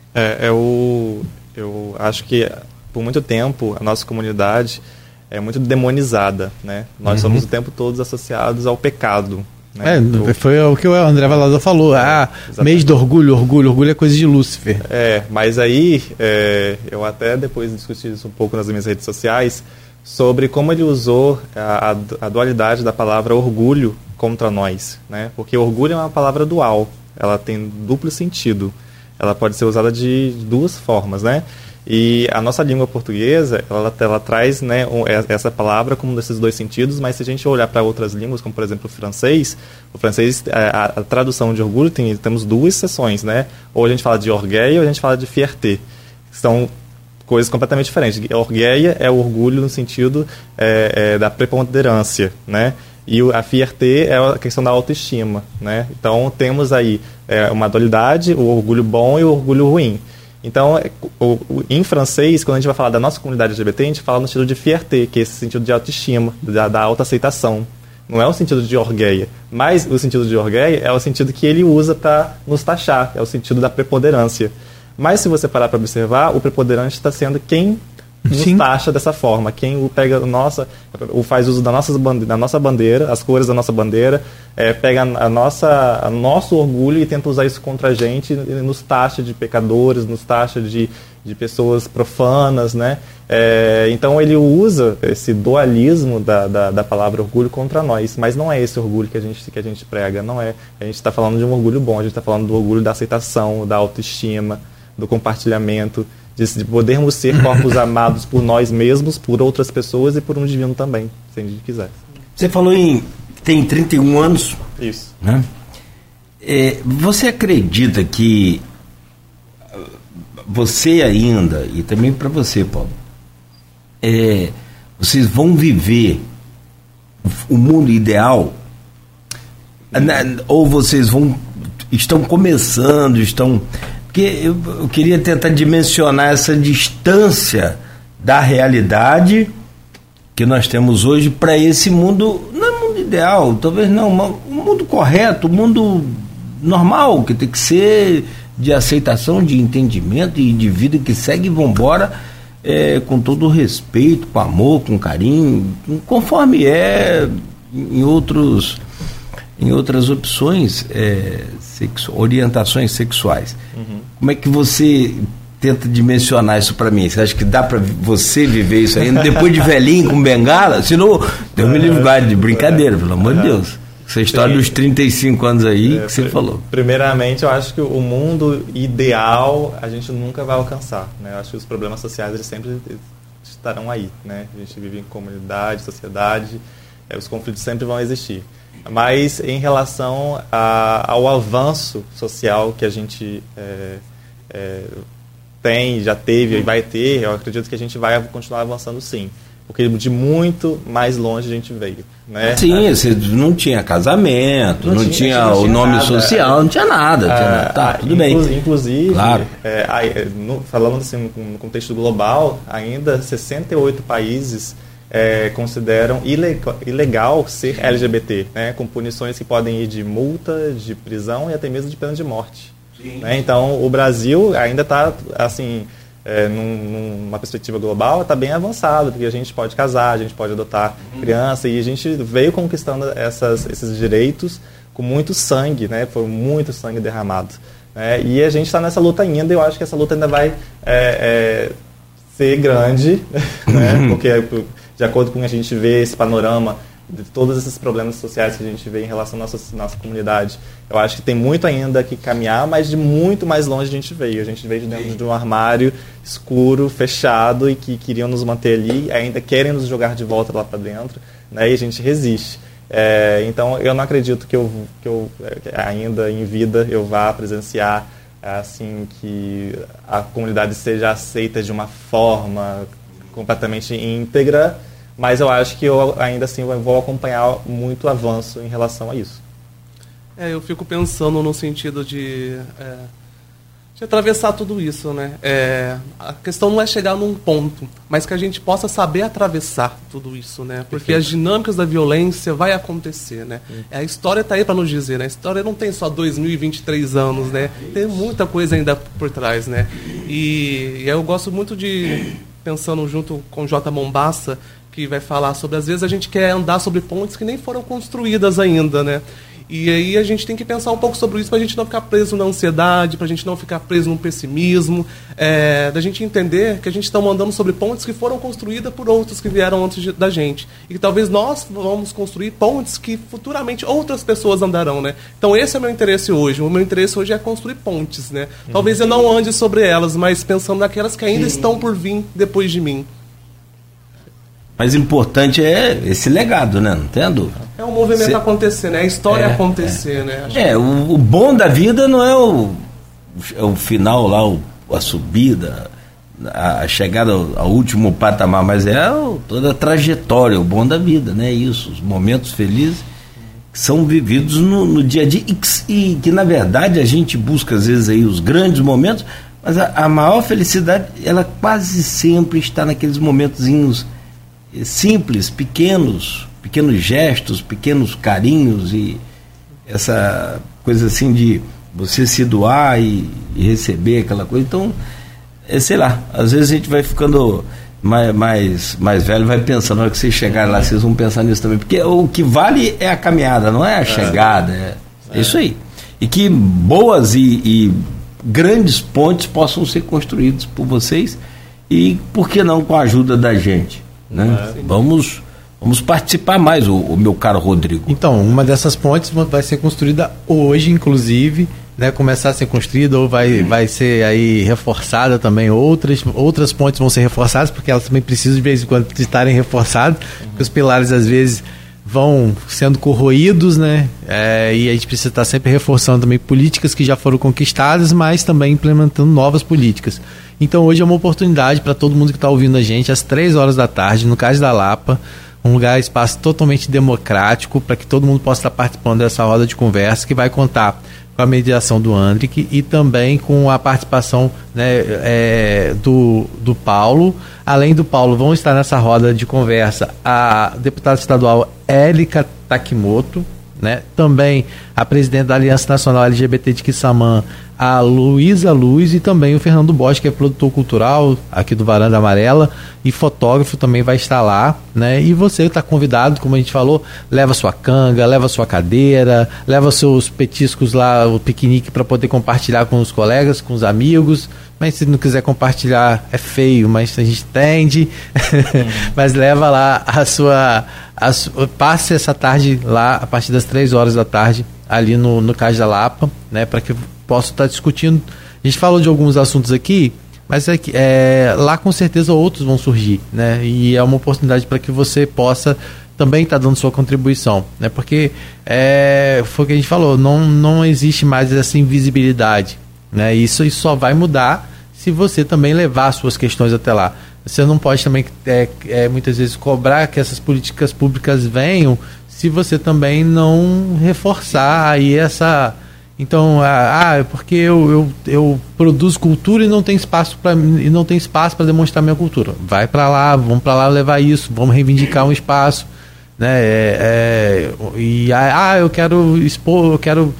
[SPEAKER 3] Eu acho que por muito tempo a nossa comunidade é muito demonizada, né? Nós somos o tempo todo associados ao pecado, né?
[SPEAKER 5] Foi o que o André Valador falou. Mês do orgulho é coisa de Lúcifer.
[SPEAKER 3] Mas aí eu até depois discuti isso um pouco nas minhas redes sociais sobre como ele usou a dualidade da palavra orgulho contra nós, né? Porque orgulho é uma palavra dual, ela tem duplo sentido. Ela pode ser usada de duas formas, né? E a nossa língua portuguesa, ela traz, né, essa palavra como desses dois sentidos, mas se a gente olhar para outras línguas, como por exemplo o francês, a tradução de orgulho temos duas seções, né? Ou a gente fala de orgueil ou a gente fala de fierté. São coisas completamente diferentes. Orgueil é o orgulho no sentido da preponderância, né? E a fierté é a questão da autoestima, né? Então, temos aí uma dualidade, o orgulho bom e o orgulho ruim. Então, em francês, quando a gente vai falar da nossa comunidade LGBT, a gente fala no sentido de fierté, que é esse sentido de autoestima, da autoaceitação. Não é o sentido de orgueil, mas o sentido de orgueil é o sentido que ele usa para nos taxar, é o sentido da preponderância. Mas se você parar para observar, o preponderante está sendo quem nos taxa dessa forma, quem faz uso da nossa bandeira, as cores da nossa bandeira, pega nosso orgulho e tenta usar isso contra a gente, e nos taxa de pecadores, nos taxa de pessoas profanas, né? Então ele usa esse dualismo da palavra orgulho contra nós, mas não é esse orgulho que a gente prega, não é. A gente está falando de um orgulho bom, a gente está falando do orgulho da aceitação, da autoestima, do compartilhamento, de podermos ser corpos amados por nós mesmos, por outras pessoas e por um divino também, se a gente quiser.
[SPEAKER 2] Você falou tem 31 anos.
[SPEAKER 3] Isso.
[SPEAKER 2] Né? Você acredita que você ainda, e também para você, Paulo, vocês vão viver o mundo ideal? Ou vocês estão começando, Porque eu queria tentar dimensionar essa distância da realidade que nós temos hoje para esse mundo, não é mundo ideal, talvez não, mas um mundo correto, um mundo normal, que tem que ser de aceitação, de entendimento e de vida que segue e vambora, com todo o respeito, com amor, com carinho, conforme em outras opções, orientações sexuais. Como é que você tenta dimensionar isso para mim? Você acha que dá para você viver isso ainda depois de velhinho com bengala? Senão, Deus me livre de brincadeira, pelo amor de Deus. Essa história dos 35 anos aí que você falou.
[SPEAKER 3] Primeiramente, eu acho que o mundo ideal a gente nunca vai alcançar, né? Eu acho que os problemas sociais eles sempre estarão aí, né? A gente vive em comunidade, sociedade, os conflitos sempre vão existir. Mas em relação ao avanço social que a gente tem, já teve e vai ter, eu acredito que a gente vai continuar avançando sim. porque de muito mais longe a gente veio, né?
[SPEAKER 2] Sim, você não tinha casamento, não tinha o nome nada, social, não tinha nada. Tá, tudo bem.
[SPEAKER 3] Inclusive,
[SPEAKER 2] claro.
[SPEAKER 3] Falando assim, no contexto global, ainda 68 países consideram ilegal ser LGBT, né? Com punições que podem ir de multa, de prisão e até mesmo de pena de morte. Né? Então, o Brasil ainda está, assim, numa perspectiva global, está bem avançado, porque a gente pode casar, a gente pode adotar criança, e a gente veio conquistando esses direitos com muito sangue, né? Foi muito sangue derramado. Né? E a gente está nessa luta ainda, e eu acho que essa luta ainda vai ser grande, né? Porque, de acordo com a gente vê esse panorama de todos esses problemas sociais que a gente vê em relação à nossa comunidade, eu acho que tem muito ainda que caminhar, mas de muito mais longe a gente veio. A gente veio de dentro de um armário escuro, fechado, e que queriam nos manter ali, ainda querem nos jogar de volta lá para dentro, né? E a gente resiste. Então, eu não acredito que eu ainda em vida eu vá presenciar assim que a comunidade seja aceita de uma forma completamente íntegra, mas eu acho que eu ainda assim vou acompanhar muito avanço em relação a isso.
[SPEAKER 4] Eu fico pensando no sentido de atravessar tudo isso, né? A questão não é chegar num ponto, mas que a gente possa saber atravessar tudo isso, né? Porque Perfeito. As dinâmicas da violência vai acontecer, né? A história está aí para nos dizer, né? A história não tem só 2023 anos, né? Tem muita coisa ainda por trás, né? E eu gosto muito de, pensando junto com o J. Mombassa, que vai falar sobre, às vezes a gente quer andar sobre pontes que nem foram construídas ainda, né? E aí a gente tem que pensar um pouco sobre isso para a gente não ficar preso na ansiedade, para a gente não ficar preso no pessimismo, da gente entender que a gente está andando sobre pontes que foram construídas por outros que vieram antes da gente. E que talvez nós vamos construir pontes que futuramente outras pessoas andarão, né? Então esse é o meu interesse hoje. O meu interesse hoje é construir pontes, né? Talvez eu não ande sobre elas, mas pensando naquelas que ainda estão por vir depois de mim.
[SPEAKER 2] Mas importante é esse legado, né? Não tem dúvida.
[SPEAKER 4] É um movimento acontecer, né? A história acontecer, né?
[SPEAKER 2] O bom da vida não é o final lá, a subida, a chegada ao último patamar, mas toda a trajetória, o bom da vida, né? Isso, os momentos felizes que são vividos no dia a dia e que na verdade a gente busca às vezes aí os grandes momentos, mas a maior felicidade, ela quase sempre está naqueles momentozinhos simples, pequenos gestos, pequenos carinhos, e essa coisa assim de você se doar e receber aquela coisa. Então, sei lá, às vezes a gente vai ficando mais velho, vai pensando, na hora que vocês chegarem lá, vocês vão pensar nisso também, porque o que vale é a caminhada, não é a chegada, é isso aí. E que boas e grandes pontes possam ser construídos por vocês, e por que não com a ajuda da gente, né? Vamos participar mais, o meu caro Rodrigo.
[SPEAKER 5] Então, uma dessas pontes vai ser construída hoje, inclusive, né? Começar a ser construída, ou vai ser aí reforçada também. Outras pontes vão ser reforçadas, porque elas também precisam de vez em quando de estarem reforçadas, porque os pilares às vezes vão sendo corroídos, né? E a gente precisa estar sempre reforçando também políticas que já foram conquistadas, mas também implementando novas políticas. Então hoje é uma oportunidade para todo mundo que está ouvindo a gente, às 3h da tarde, no Cais da Lapa, um espaço totalmente democrático, para que todo mundo possa estar participando dessa roda de conversa, que vai contar com a mediação do Andrick e também com a participação, né, do Paulo. Além do Paulo, vão estar nessa roda de conversa a deputada estadual Élica Takimoto, né? Também a presidente da Aliança Nacional LGBT de Quissamã, a Luísa Luz, e também o Fernando Bosch, que é produtor cultural aqui do Varanda Amarela e fotógrafo, também vai estar lá, né? E você está convidado, como a gente falou, leva sua canga, leva sua cadeira, leva seus petiscos lá, o piquenique, para poder compartilhar com os colegas, com os amigos. Mas se não quiser compartilhar, é feio, mas a gente entende. Mas leva lá passe essa tarde lá, a partir das 3h da tarde, ali no Cais da Lapa, né, para que possa estar discutindo. A gente falou de alguns assuntos aqui, mas lá com certeza outros vão surgir, né? E é uma oportunidade para que você possa também estar dando sua contribuição, né? Porque foi o que a gente falou, não existe mais essa invisibilidade, né? Isso só vai mudar se você também levar suas questões até lá. você não pode também muitas vezes cobrar que essas políticas públicas venham se você também não reforçar aí essa... Então, porque eu produzo cultura e não tem espaço para demonstrar minha cultura. Vai para lá, vamos para lá levar isso, vamos reivindicar um espaço, né? Eu quero expor, eu quero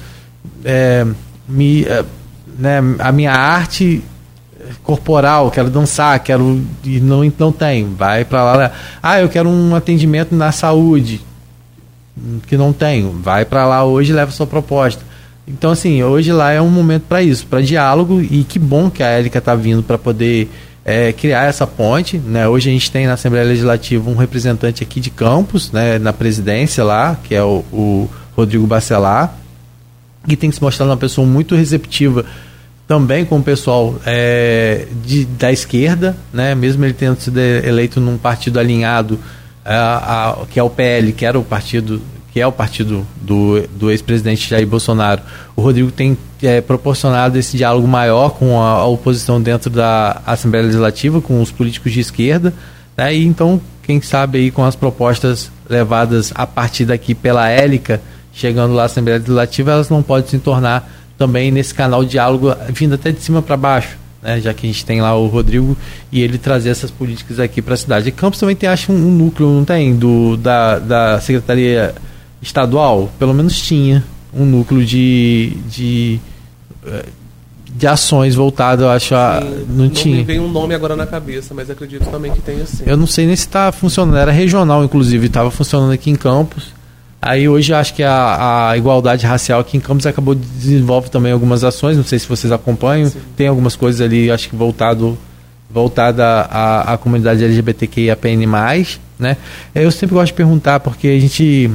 [SPEAKER 5] a minha arte corporal, quero dançar, e não tem, vai para lá. Eu quero um atendimento na saúde que não tenho, vai para lá hoje e leva sua proposta. Então, assim, hoje lá é um momento para isso, para diálogo, e que bom que a Élica está vindo para poder criar essa ponte, né? Hoje a gente tem na Assembleia Legislativa um representante aqui de Campos, né, na presidência lá, que é o Rodrigo Bacelar, que tem se mostrado uma pessoa muito receptiva também com o pessoal da esquerda, né? Mesmo ele tendo sido eleito num partido alinhado que é o PL, que é o partido do ex-presidente Jair Bolsonaro. O Rodrigo tem proporcionado esse diálogo maior com a oposição dentro da Assembleia Legislativa, com os políticos de esquerda, né? E então, quem sabe aí com as propostas levadas a partir daqui pela Élica, chegando lá à Assembleia Legislativa, elas não podem se tornar também nesse canal de diálogo vindo até de cima para baixo, né? Já que a gente tem lá o Rodrigo e ele trazer essas políticas aqui para a cidade. E Campos também tem, acho, um núcleo, não tem? Da Secretaria Estadual, pelo menos tinha um núcleo de ações voltado, eu acho, não tinha.
[SPEAKER 4] Não me vem um nome agora na cabeça, mas acredito também que tenha sim.
[SPEAKER 5] Eu não sei nem se está funcionando, era regional, inclusive, estava funcionando aqui em Campos. Aí hoje acho que a igualdade racial aqui em Campos desenvolve também algumas ações, não sei se vocês acompanham, sim. Tem algumas coisas ali, acho que voltada à comunidade LGBTQIAPN+, né? Eu sempre gosto de perguntar, porque a gente...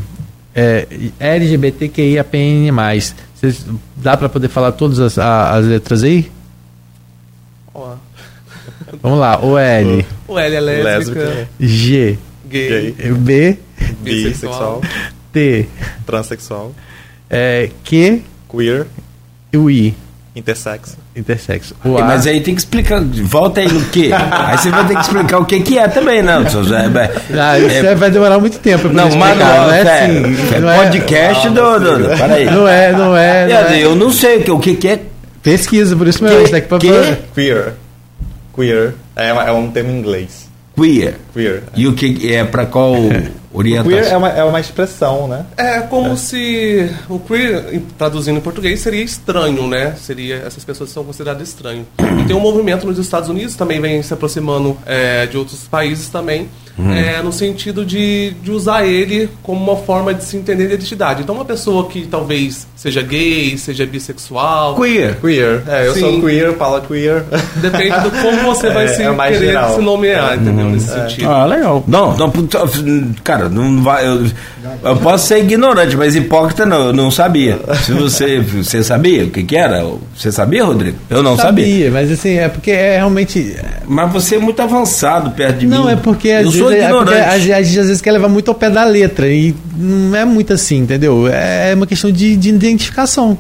[SPEAKER 5] LGBTQIAPN+, dá para poder falar todas as letras aí? Vamos lá, o L.
[SPEAKER 4] O L é lésbica.
[SPEAKER 5] G.
[SPEAKER 4] Gay.
[SPEAKER 5] B.
[SPEAKER 3] Bissexual.
[SPEAKER 5] T.
[SPEAKER 3] Transexual.
[SPEAKER 5] Q.
[SPEAKER 3] Queer.
[SPEAKER 5] E o I.
[SPEAKER 3] Intersexo.
[SPEAKER 2] Mas aí tem que explicar, volta aí no que. Aí você vai ter que explicar o que é também, não.
[SPEAKER 5] Isso vai demorar muito tempo.
[SPEAKER 2] Não, mas não é podcast peraí.
[SPEAKER 5] Não é.
[SPEAKER 2] Eu não sei o que é.
[SPEAKER 5] Pesquisa, por isso mesmo.
[SPEAKER 3] Queer. É um termo em inglês.
[SPEAKER 2] Queer. E o que é para qual orientação?
[SPEAKER 3] Queer é uma expressão, né?
[SPEAKER 4] É como se o queer, traduzindo em português, seria estranho, né? Essas pessoas são consideradas estranhas. E tem um movimento nos Estados Unidos, também vem se aproximando de outros países também, no sentido de usar ele como uma forma de se entender a identidade. Então uma pessoa que talvez seja gay, seja bissexual...
[SPEAKER 3] Queer. Eu sou queer, falo queer.
[SPEAKER 4] Depende de como você vai querer
[SPEAKER 3] geral.
[SPEAKER 4] Se nomear, entendeu? Nesse sentido.
[SPEAKER 2] Legal. Não, cara, não vai... Eu posso ser ignorante, mas hipócrita não, eu não sabia. Se você sabia o que era? Você sabia, Rodrigo? Eu não sabia.
[SPEAKER 5] Mas assim, é porque realmente...
[SPEAKER 2] Mas você é muito avançado perto de mim.
[SPEAKER 5] Não, é porque às vezes a gente quer levar muito ao pé da letra e não é muito assim, entendeu? É uma questão de identificação.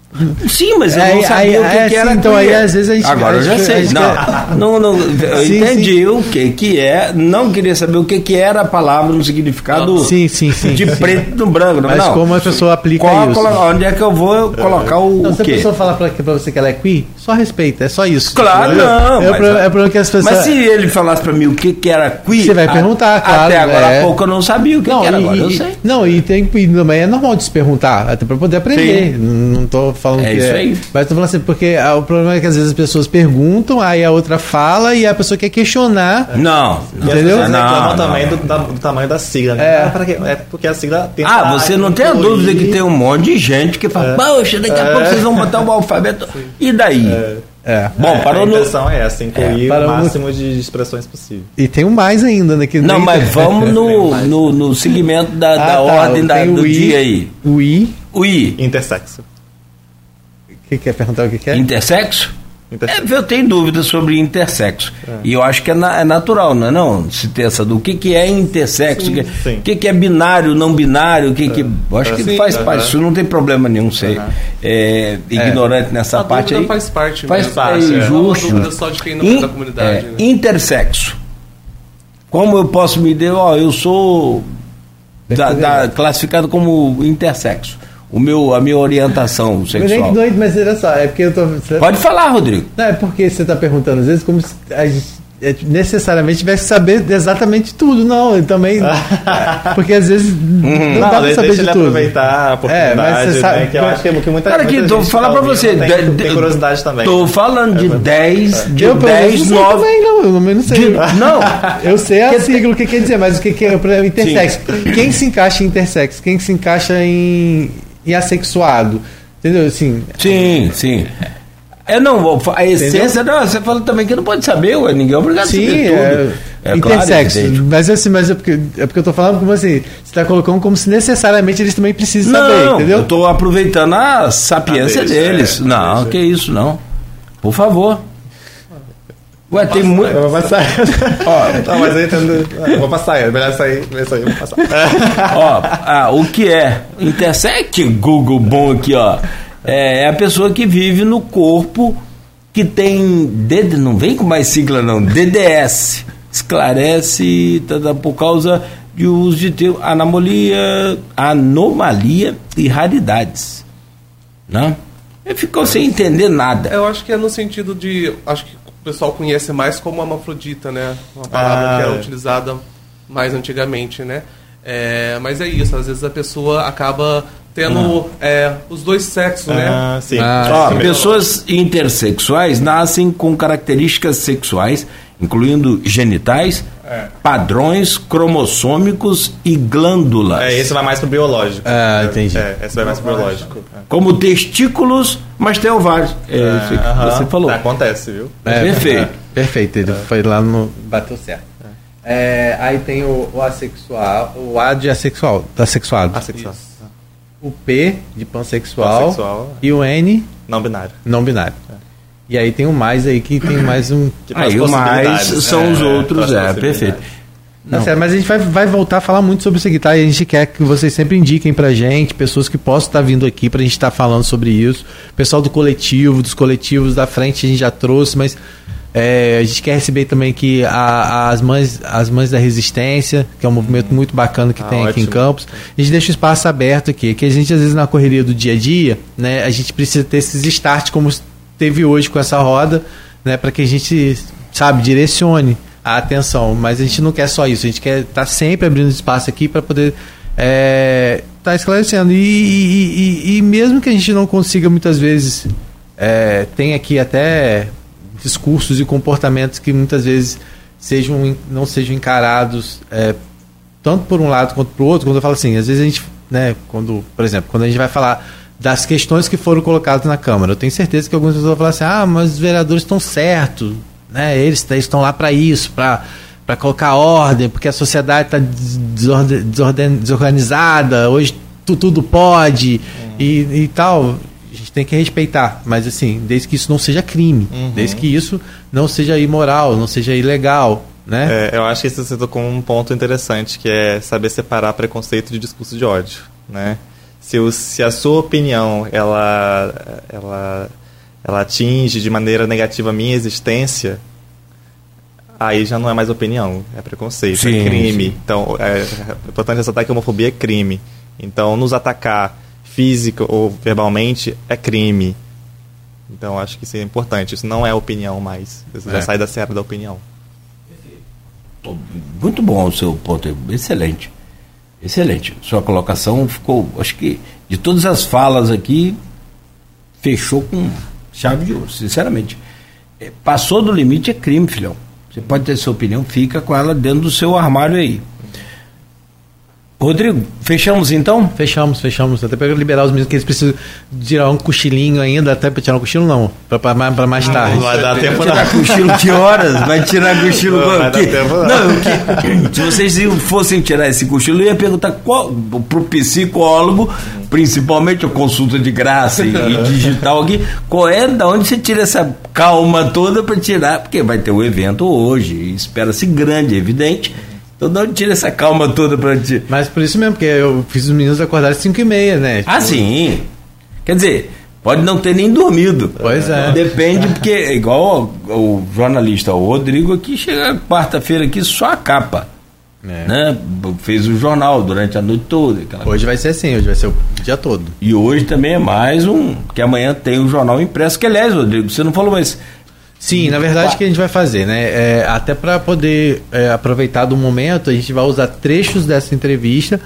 [SPEAKER 2] Sim, mas eu não sabia o que era.
[SPEAKER 5] Então aí às vezes a gente...
[SPEAKER 2] Agora eu já sei. Não, eu entendi o que é. Não queria saber o que era a palavra no significado de preto no branco.
[SPEAKER 5] Mas como a pessoa aplica isso?
[SPEAKER 2] Onde é que eu vou colocar o quê?
[SPEAKER 5] Se a pessoa falar pra você que ela é queer, só respeita, é só isso.
[SPEAKER 2] Claro, não.
[SPEAKER 5] É problema que as pessoas...
[SPEAKER 2] Mas se ele falasse pra mim o que era queer...
[SPEAKER 5] Você vai perguntar, claro.
[SPEAKER 2] Até agora há pouco eu não sabia o que era, agora eu sei.
[SPEAKER 5] Não, e também é normal de se perguntar, até pra poder aprender. Não tô falando que
[SPEAKER 2] isso aí.
[SPEAKER 5] Mas tô falando assim, porque o problema é que às vezes as pessoas perguntam, aí a outra fala e a pessoa quer questionar.
[SPEAKER 2] Não.
[SPEAKER 3] Entendeu? Reclamam também do tamanho da sigla. É porque a sigla tem...
[SPEAKER 2] você não tem a dúvida que tem um monte de gente que fala, poxa, daqui a pouco vocês vão botar o alfabeto. E daí? Bom,
[SPEAKER 3] a intenção é essa, incluir o máximo de expressões possível.
[SPEAKER 5] E tem um mais ainda, né?
[SPEAKER 2] Não, mas vamos no segmento da ordem do dia aí.
[SPEAKER 5] O I.
[SPEAKER 3] Intersexo.
[SPEAKER 5] O que quer perguntar o que é?
[SPEAKER 2] Intersexo? Eu tenho dúvidas sobre intersexo. E eu acho que é natural, não é não? Se ter essa do que é intersexo, o que é binário, não binário, eu acho que faz parte, isso não tem problema nenhum ser ignorante nessa parte aí.
[SPEAKER 4] Faz parte.
[SPEAKER 2] Faz parte, justo.
[SPEAKER 4] É uma dúvida só de quem não é da comunidade.
[SPEAKER 2] Intersexo. Como eu posso me dizer, eu sou classificado como intersexo. A minha orientação sexual.
[SPEAKER 5] Mas olha só, é porque eu tô...
[SPEAKER 2] Pode falar, Rodrigo.
[SPEAKER 5] Não, é porque você está perguntando às vezes como se a gente necessariamente tivesse que saber exatamente tudo. Não, eu também... porque às vezes não dá pra saber de tudo.
[SPEAKER 3] Aproveitar a oportunidade,
[SPEAKER 5] sabe,
[SPEAKER 3] que eu acho que muita
[SPEAKER 2] cara,
[SPEAKER 3] gente
[SPEAKER 2] tô falando pra você,
[SPEAKER 3] tem curiosidade também.
[SPEAKER 2] Tô falando de 10, de
[SPEAKER 5] eu
[SPEAKER 2] 10, 9...
[SPEAKER 5] também não não sei.
[SPEAKER 2] Não.
[SPEAKER 5] Eu sei a sigla, o que quer dizer, mas o que é intersexo? Quem se encaixa em intersexo? Quem se encaixa em assexuado? Entendeu? Assim,
[SPEAKER 2] sim. A essência, não, você falou também que não pode saber, ninguém é obrigado a saber tudo.
[SPEAKER 5] Intersexo.
[SPEAKER 2] Claro,
[SPEAKER 5] mas assim, é porque eu tô falando como assim, você está colocando como se necessariamente eles também precisam saber, entendeu?
[SPEAKER 2] Eu tô aproveitando a sapiência deles. Que isso, não. Por favor. Ué, tem muito.
[SPEAKER 3] Eu vou passar. Não, mas eu vou passar, é melhor sair, vou passar.
[SPEAKER 2] O que é intersect, Google bom aqui, é a pessoa que vive no corpo que tem não vem com mais sigla não, DDS, esclarece por causa de uso de termo anomalia e raridades, né? Ele ficou sem entender nada.
[SPEAKER 4] Eu acho que é no sentido de, acho que o pessoal conhece mais como hermafrodita, né? Uma palavra que era utilizada mais antigamente, né? Mas é isso, às vezes a pessoa acaba tendo os dois sexos, né?
[SPEAKER 3] Sim.
[SPEAKER 2] Pessoas intersexuais nascem com características sexuais, incluindo genitais, padrões cromossômicos e glândulas.
[SPEAKER 3] Esse vai mais pro biológico.
[SPEAKER 5] Entendi.
[SPEAKER 3] Esse vai mais pro biológico.
[SPEAKER 2] Como testículos, mas tem ovários. Você falou.
[SPEAKER 3] Acontece, viu?
[SPEAKER 2] Perfeito.
[SPEAKER 5] Perfeito, ele foi lá no... Bateu certo. Aí tem o assexual, o A de assexual, assexuado. O P de pansexual e o N
[SPEAKER 3] não binário.
[SPEAKER 5] E aí tem o mais aí que tem mais um.
[SPEAKER 2] Aí o mais são os outros, perfeito.
[SPEAKER 5] Tá certo, mas a gente vai voltar a falar muito sobre isso aqui, tá? E a gente quer que vocês sempre indiquem pra gente, pessoas que possam estar vindo aqui pra gente estar falando sobre isso. Pessoal do coletivo, dos coletivos da frente a gente já trouxe, mas a gente quer receber também aqui as mães da resistência, que é um movimento muito bacana que tem aqui em Campos. A gente deixa o espaço aberto aqui, que a gente às vezes na correria do dia a dia, né, a gente precisa ter esses starts como teve hoje com essa roda, né, para que a gente, direcione a atenção, mas a gente não quer só isso, a gente quer estar sempre abrindo espaço aqui para poder estar esclarecendo e mesmo que a gente não consiga muitas vezes tem aqui até discursos e comportamentos que muitas vezes não sejam encarados tanto por um lado quanto por outro. Quando eu falo assim, às vezes a gente, né, por exemplo, quando a gente vai falar das questões que foram colocadas na Câmara, eu tenho certeza que algumas pessoas vão falar assim, mas os vereadores estão certos, né, eles estão lá para isso, para colocar ordem, porque a sociedade está desorganizada, hoje tudo pode e tal. A gente tem que respeitar, mas assim, desde que isso não seja crime, desde que isso não seja imoral, não seja ilegal, né?
[SPEAKER 3] Eu acho que você tocou um ponto interessante, que é saber separar preconceito de discurso de ódio, né? Se a sua opinião ela atinge de maneira negativa a minha existência, aí já não é mais opinião, é preconceito, é crime. Sim. Então, é importante ressaltar que a homofobia é crime. Então, nos atacar física ou verbalmente é crime. Então acho que isso é importante. Isso não é opinião mais. Isso já sai da seara da opinião.
[SPEAKER 2] Muito bom o seu ponto. Excelente. Sua colocação ficou, acho que de todas as falas aqui, fechou com chave de ouro, sinceramente. Passou do limite, é crime, filhão. Você pode ter sua opinião, fica com ela dentro do seu armário aí. Rodrigo, fechamos então?
[SPEAKER 5] Fechamos, até para liberar os meninos, que eles precisam tirar um cochilinho ainda, até para tirar um cochilo não, para mais tarde.
[SPEAKER 3] Não vai dar tempo não.
[SPEAKER 2] Tirar cochilo que horas? Vai tirar cochilo não, vai dar tempo não. Se vocês fossem tirar esse cochilo, eu ia perguntar pro psicólogo, principalmente a consulta de graça e digital aqui, da onde você tira essa calma toda para tirar, porque vai ter um evento hoje, espera-se grande, evidente. Então não tira essa calma toda pra ti.
[SPEAKER 5] Mas por isso mesmo, porque eu fiz os meninos acordarem às 5h30, né?
[SPEAKER 2] Sim. Quer dizer, Pode não ter nem dormido.
[SPEAKER 5] Pois é.
[SPEAKER 2] Depende, porque é igual o jornalista, o Rodrigo aqui, chega quarta-feira aqui só a capa. Né? Fez o jornal durante a noite toda.
[SPEAKER 5] Hoje vai ser assim, hoje vai ser o dia todo.
[SPEAKER 2] E hoje também é mais porque amanhã tem o jornal impresso, que aliás, Rodrigo, você não falou, mas...
[SPEAKER 5] Sim, na verdade o que a gente vai fazer, né? Até para poder aproveitar do momento, a gente vai usar trechos dessa entrevista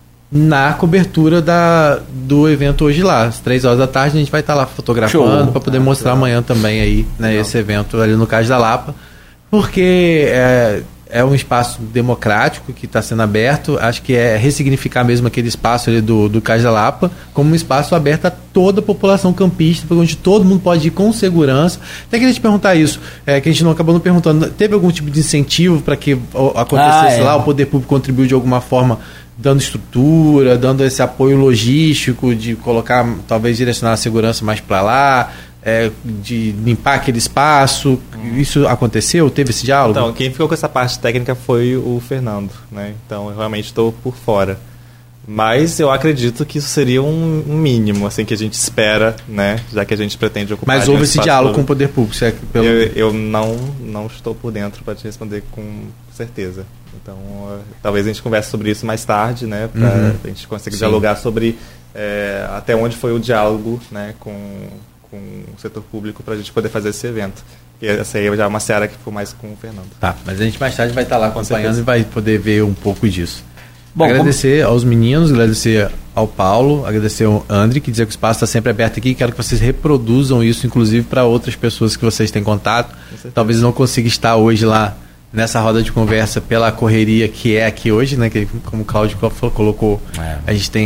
[SPEAKER 5] na cobertura do evento hoje lá. Às 3 horas da tarde a gente vai estar lá fotografando para poder mostrar amanhã também aí, né, esse evento ali no Cais da Lapa, porque é um espaço democrático que está sendo aberto. Acho que é ressignificar mesmo aquele espaço ali do Cais da Lapa como um espaço aberto a toda a população campista, onde todo mundo pode ir com segurança. Até queria te perguntar isso, que a gente não acabou não perguntando. Teve algum tipo de incentivo para que acontecesse lá? O poder público contribuiu de alguma forma, dando estrutura, dando esse apoio logístico, de colocar, talvez direcionar a segurança mais para lá, de limpar aquele espaço? Isso aconteceu? Teve esse diálogo?
[SPEAKER 3] Então, quem ficou com essa parte técnica foi o Fernando, né? Então, eu realmente estou por fora. Mas eu acredito que isso seria um mínimo, assim, que a gente espera, né? Já que a gente pretende ocupar...
[SPEAKER 5] Mas houve esse diálogo com o poder público?
[SPEAKER 3] Eu não estou por dentro para te responder com certeza. Então, talvez a gente converse sobre isso mais tarde, né? Para a gente conseguir dialogar sobre até onde foi o diálogo, né? Com o setor público, para a gente poder fazer esse evento. E essa aí já é uma seara que foi mais com o Fernando.
[SPEAKER 5] Tá, mas a gente mais tarde vai estar lá acompanhando e vai poder ver um pouco disso.
[SPEAKER 2] Bom,
[SPEAKER 5] agradecer aos meninos, agradecer ao Paulo, agradecer ao André, que dizer que o espaço está sempre aberto aqui. Quero que vocês reproduzam isso, inclusive, para outras pessoas que vocês têm contato. Talvez não consiga estar hoje lá nessa roda de conversa pela correria que é aqui hoje, né? Que, como o Cláudio colocou, a gente tem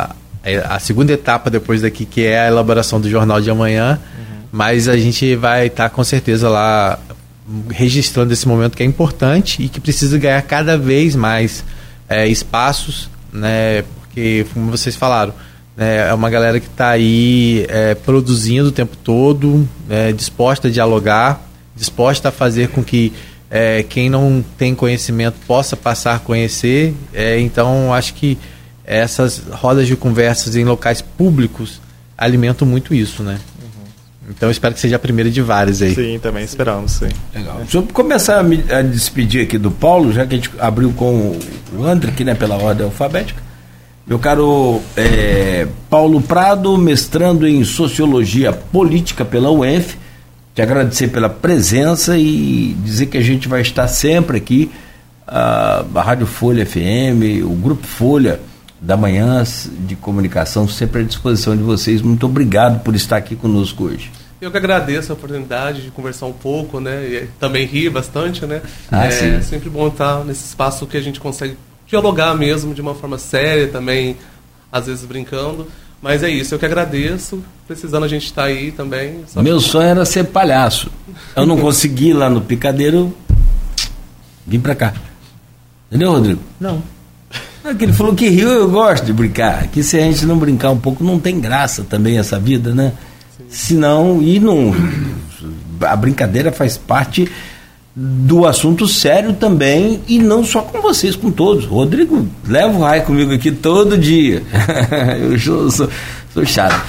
[SPEAKER 5] a segunda etapa depois daqui, que é a elaboração do jornal de amanhã. Mas a gente vai estar com certeza lá registrando esse momento que é importante e que precisa ganhar cada vez mais espaços, né? Porque, como vocês falaram, é uma galera que está aí produzindo o tempo todo, disposta a dialogar, disposta a fazer com que quem não tem conhecimento possa passar a conhecer. Então, acho que essas rodas de conversas em locais públicos alimentam muito isso, né? Então, espero que seja a primeira de várias aí.
[SPEAKER 3] Sim, também esperamos, sim.
[SPEAKER 2] Legal. Deixa eu começar a despedir aqui do Paulo, já que a gente abriu com o André aqui, né, pela ordem alfabética. Meu caro Paulo Prado, mestrando em Sociologia Política pela UENF, te agradecer pela presença e dizer que a gente vai estar sempre aqui, a Rádio Folha FM, o Grupo Folha da Manhã de Comunicação, sempre à disposição de vocês. Muito obrigado por estar aqui conosco hoje.
[SPEAKER 4] Eu que agradeço a oportunidade de conversar um pouco, né? E também rir bastante, né?
[SPEAKER 2] Sim.
[SPEAKER 4] É sempre bom estar nesse espaço que a gente consegue dialogar mesmo de uma forma séria, também às vezes brincando. Mas é isso, eu que agradeço. Precisando, a gente está aí também.
[SPEAKER 2] Meu sonho era ser palhaço. Eu não consegui ir lá no Picadeiro, vim pra cá. Entendeu, Rodrigo?
[SPEAKER 5] Não.
[SPEAKER 2] Que ele falou que riu, eu gosto de brincar. Que se a gente não brincar um pouco, não tem graça também essa vida, né? Senão, a brincadeira faz parte do assunto sério também, e não só com vocês, com todos. Rodrigo leva o raio comigo aqui todo dia. Eu sou chato.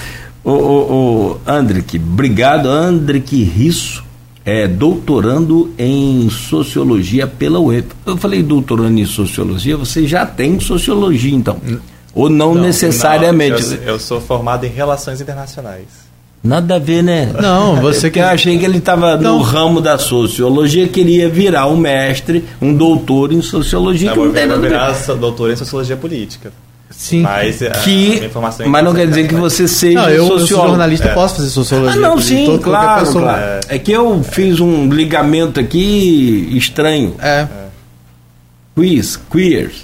[SPEAKER 2] O Andrique, obrigado. Andrique Risso, doutorando em Sociologia pela UEP. Eu falei doutorando em Sociologia, você já tem Sociologia, então? Ou não necessariamente?
[SPEAKER 3] Não, eu sou formado em Relações Internacionais.
[SPEAKER 2] Nada a ver, né?
[SPEAKER 5] Não, você
[SPEAKER 2] que eu achei que ele estava no ramo da sociologia, queria virar um mestre, um doutor em sociologia.
[SPEAKER 3] Não, que não tem nada a ver. Virar doutor em sociologia política.
[SPEAKER 5] Sim.
[SPEAKER 3] Mas
[SPEAKER 2] não quer dizer que você seja
[SPEAKER 5] eu sou jornalista, posso fazer sociologia.
[SPEAKER 2] Não, sim, claro. É que eu fiz um ligamento aqui estranho. Queers.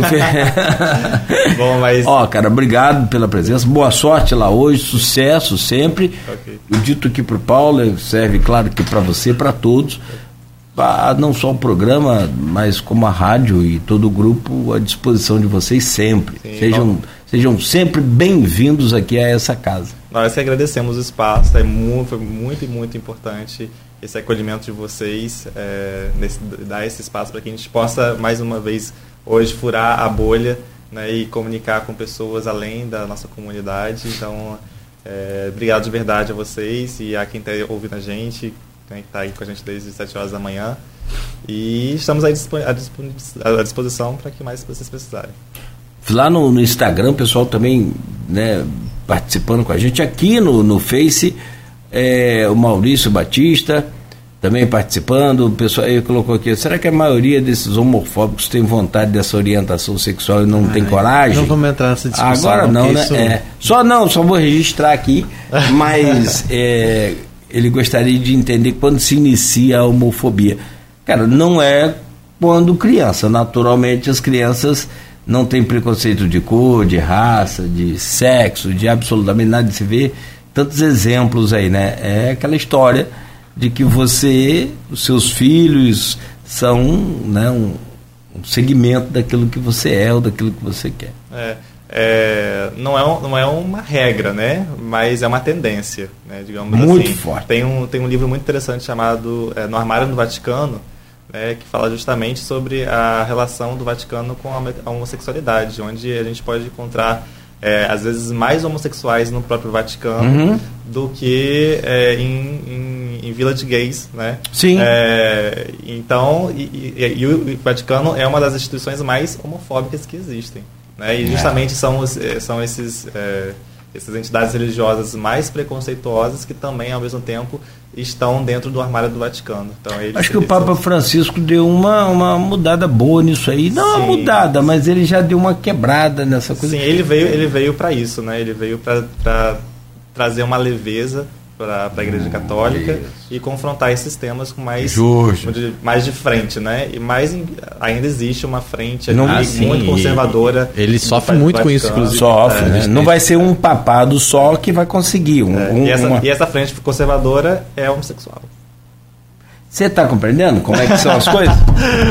[SPEAKER 3] Bom, mas...
[SPEAKER 2] Cara, obrigado pela presença, boa sorte lá hoje, sucesso sempre. O dito aqui pro Paulo serve, claro, que para você, para todos, não só o programa, mas como a rádio e todo o grupo à disposição de vocês sempre. Sim, sejam sempre bem-vindos aqui a essa casa.
[SPEAKER 3] Nós que agradecemos o espaço, foi muito importante esse acolhimento de vocês, dar esse espaço para que a gente possa, mais uma vez, hoje furar a bolha, né, e comunicar com pessoas além da nossa comunidade. Então, Obrigado de verdade a vocês e a quem está ouvindo a gente, quem está aí com a gente desde as 7 horas da manhã. E estamos aí à disposição para que mais vocês precisarem.
[SPEAKER 2] Lá no Instagram, o pessoal também, né, participando com a gente. Aqui no Face, o Maurício Batista também participando. O pessoal aí colocou aqui: será que a maioria desses homofóbicos tem vontade dessa orientação sexual e não tem coragem?
[SPEAKER 5] Não vamos entrar nessa discussão.
[SPEAKER 2] Agora não, né? Só vou registrar aqui, mas ele gostaria de entender quando se inicia a homofobia. Cara, não é quando criança. Naturalmente as crianças não têm preconceito de cor, de raça, de sexo, de absolutamente nada. De se ver tantos exemplos aí, né? É aquela história de que os seus filhos são, né, um segmento daquilo que você é ou daquilo que você quer.
[SPEAKER 3] Não é uma regra, né? Mas é uma tendência, né? Digamos
[SPEAKER 2] muito
[SPEAKER 3] assim.
[SPEAKER 2] Forte.
[SPEAKER 3] Tem um livro muito interessante chamado No Armário do Vaticano, né, que fala justamente sobre a relação do Vaticano com a homossexualidade, onde a gente pode encontrar às vezes mais homossexuais no próprio Vaticano do que em village gays, né?
[SPEAKER 2] Sim.
[SPEAKER 3] Então, e o Vaticano é uma das instituições mais homofóbicas que existem, né? E justamente são essas entidades religiosas mais preconceituosas que também, ao mesmo tempo, estão dentro do armário do Vaticano. Então,
[SPEAKER 2] acho que o Papa Francisco deu uma mudada boa nisso aí. Não uma mudada, mas ele já deu uma quebrada nessa coisa.
[SPEAKER 3] Sim, ele veio para isso, né? Ele veio para trazer uma leveza para a Igreja Católica e confrontar esses temas com mais de frente, né? E ainda existe uma frente muito conservadora.
[SPEAKER 5] Ele sofre muito com isso, inclusive.
[SPEAKER 2] Sofre, né? Não vai ser um papado só que vai conseguir.
[SPEAKER 3] E essa frente conservadora é homossexual.
[SPEAKER 2] Você está compreendendo como é que são as coisas?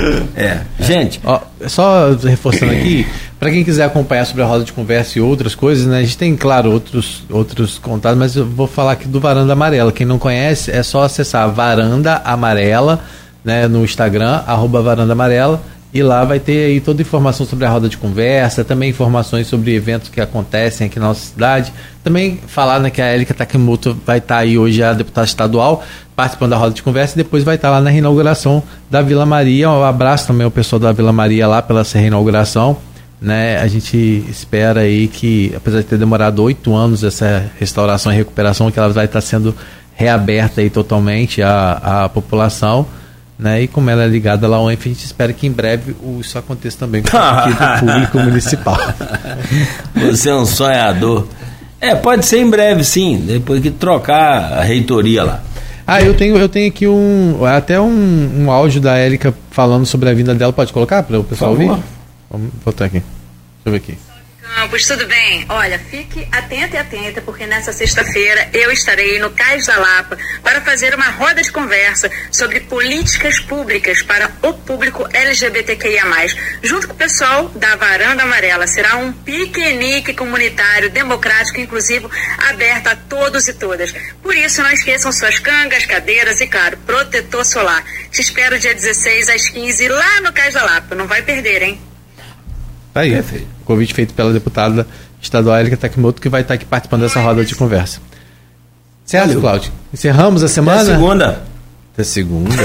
[SPEAKER 2] Gente.
[SPEAKER 5] Só reforçando aqui, para quem quiser acompanhar sobre a roda de conversa e outras coisas, né, a gente tem, claro, outros contatos, mas eu vou falar aqui do Varanda Amarela. Quem não conhece, é só acessar Varanda Amarela, né, no Instagram, @Varanda Amarela, e lá vai ter aí toda a informação sobre a roda de conversa, também informações sobre eventos que acontecem aqui na nossa cidade. Também falar, né, que a Érica Takimoto vai estar aí hoje, a deputada estadual, participando da roda de conversa, e depois vai estar lá na reinauguração da Vila Maria. Um abraço também ao pessoal da Vila Maria lá pela reinauguração, né? A gente espera aí que, apesar de ter demorado 8 anos essa restauração e recuperação, que ela vai estar sendo reaberta aí totalmente à população, né? E como ela é ligada lá ao ENF, a gente espera que em breve isso aconteça também com a equipe do público municipal.
[SPEAKER 2] Você é um sonhador. Pode ser em breve, sim, depois que trocar a reitoria lá.
[SPEAKER 5] Eu tenho aqui até um áudio da Érica falando sobre a vinda dela. Pode colocar para o pessoal ouvir? Vamos botar aqui. Deixa eu ver aqui.
[SPEAKER 7] Campos, tudo bem? Olha, fique atenta, porque nessa sexta-feira eu estarei no Cais da Lapa para fazer uma roda de conversa sobre políticas públicas para o público LGBTQIA+, junto com o pessoal da Varanda Amarela. Será um piquenique comunitário, democrático, inclusivo, aberto a todos e todas. Por isso, não esqueçam suas cangas, cadeiras e, claro, protetor solar. Te espero dia 16 às 15 lá no Cais da Lapa. Não vai perder, hein?
[SPEAKER 5] Tá aí. Perfeito. Convite feito pela deputada estadual Érica Takimoto, que vai estar aqui participando dessa roda de conversa. Certo, Cláudio? Encerramos a semana? Até segunda.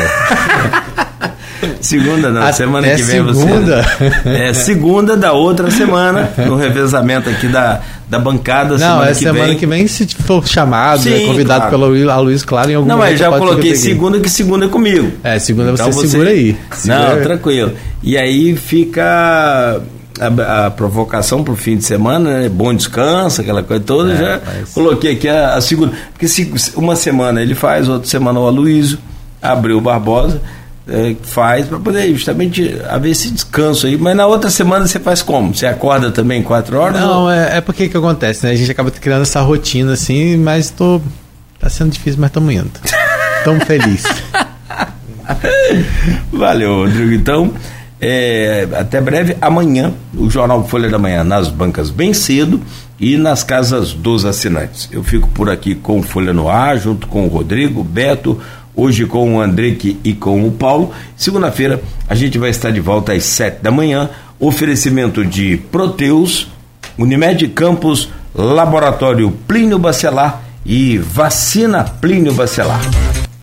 [SPEAKER 2] Segunda não, semana que vem
[SPEAKER 5] segunda.
[SPEAKER 2] Segunda da outra semana, no revezamento aqui da bancada.
[SPEAKER 5] Não, semana que vem, se for chamado, convidado pelo Luiz Claro em algum momento.
[SPEAKER 2] Não, mas já coloquei segunda, que segunda é comigo.
[SPEAKER 5] Segunda então você segura aí.
[SPEAKER 2] Tranquilo. E aí fica a provocação para o fim de semana, né? Bom descanso, aquela coisa toda. Coloquei aqui a segunda, porque uma semana ele faz, outra semana o Aloysio, Abreu Barbosa faz, para poder justamente haver esse descanso aí. Mas na outra semana você faz como? Você acorda também 4 horas?
[SPEAKER 5] Não, porque que acontece, né? A gente acaba criando essa rotina assim, mas tá sendo difícil, mas estamos indo. Estamos felizes.
[SPEAKER 2] Valeu, Rodrigo. Então, até breve. Amanhã, o Jornal Folha da Manhã nas bancas bem cedo e nas casas dos assinantes. Eu fico por aqui com o Folha no Ar, junto com o Rodrigo, Beto, hoje com o Andrique e com o Paulo. Segunda-feira a gente vai estar de volta às 7 da manhã. Oferecimento de Proteus, Unimed Campos, Laboratório Plínio Bacelar e Vacina Plínio Bacelar.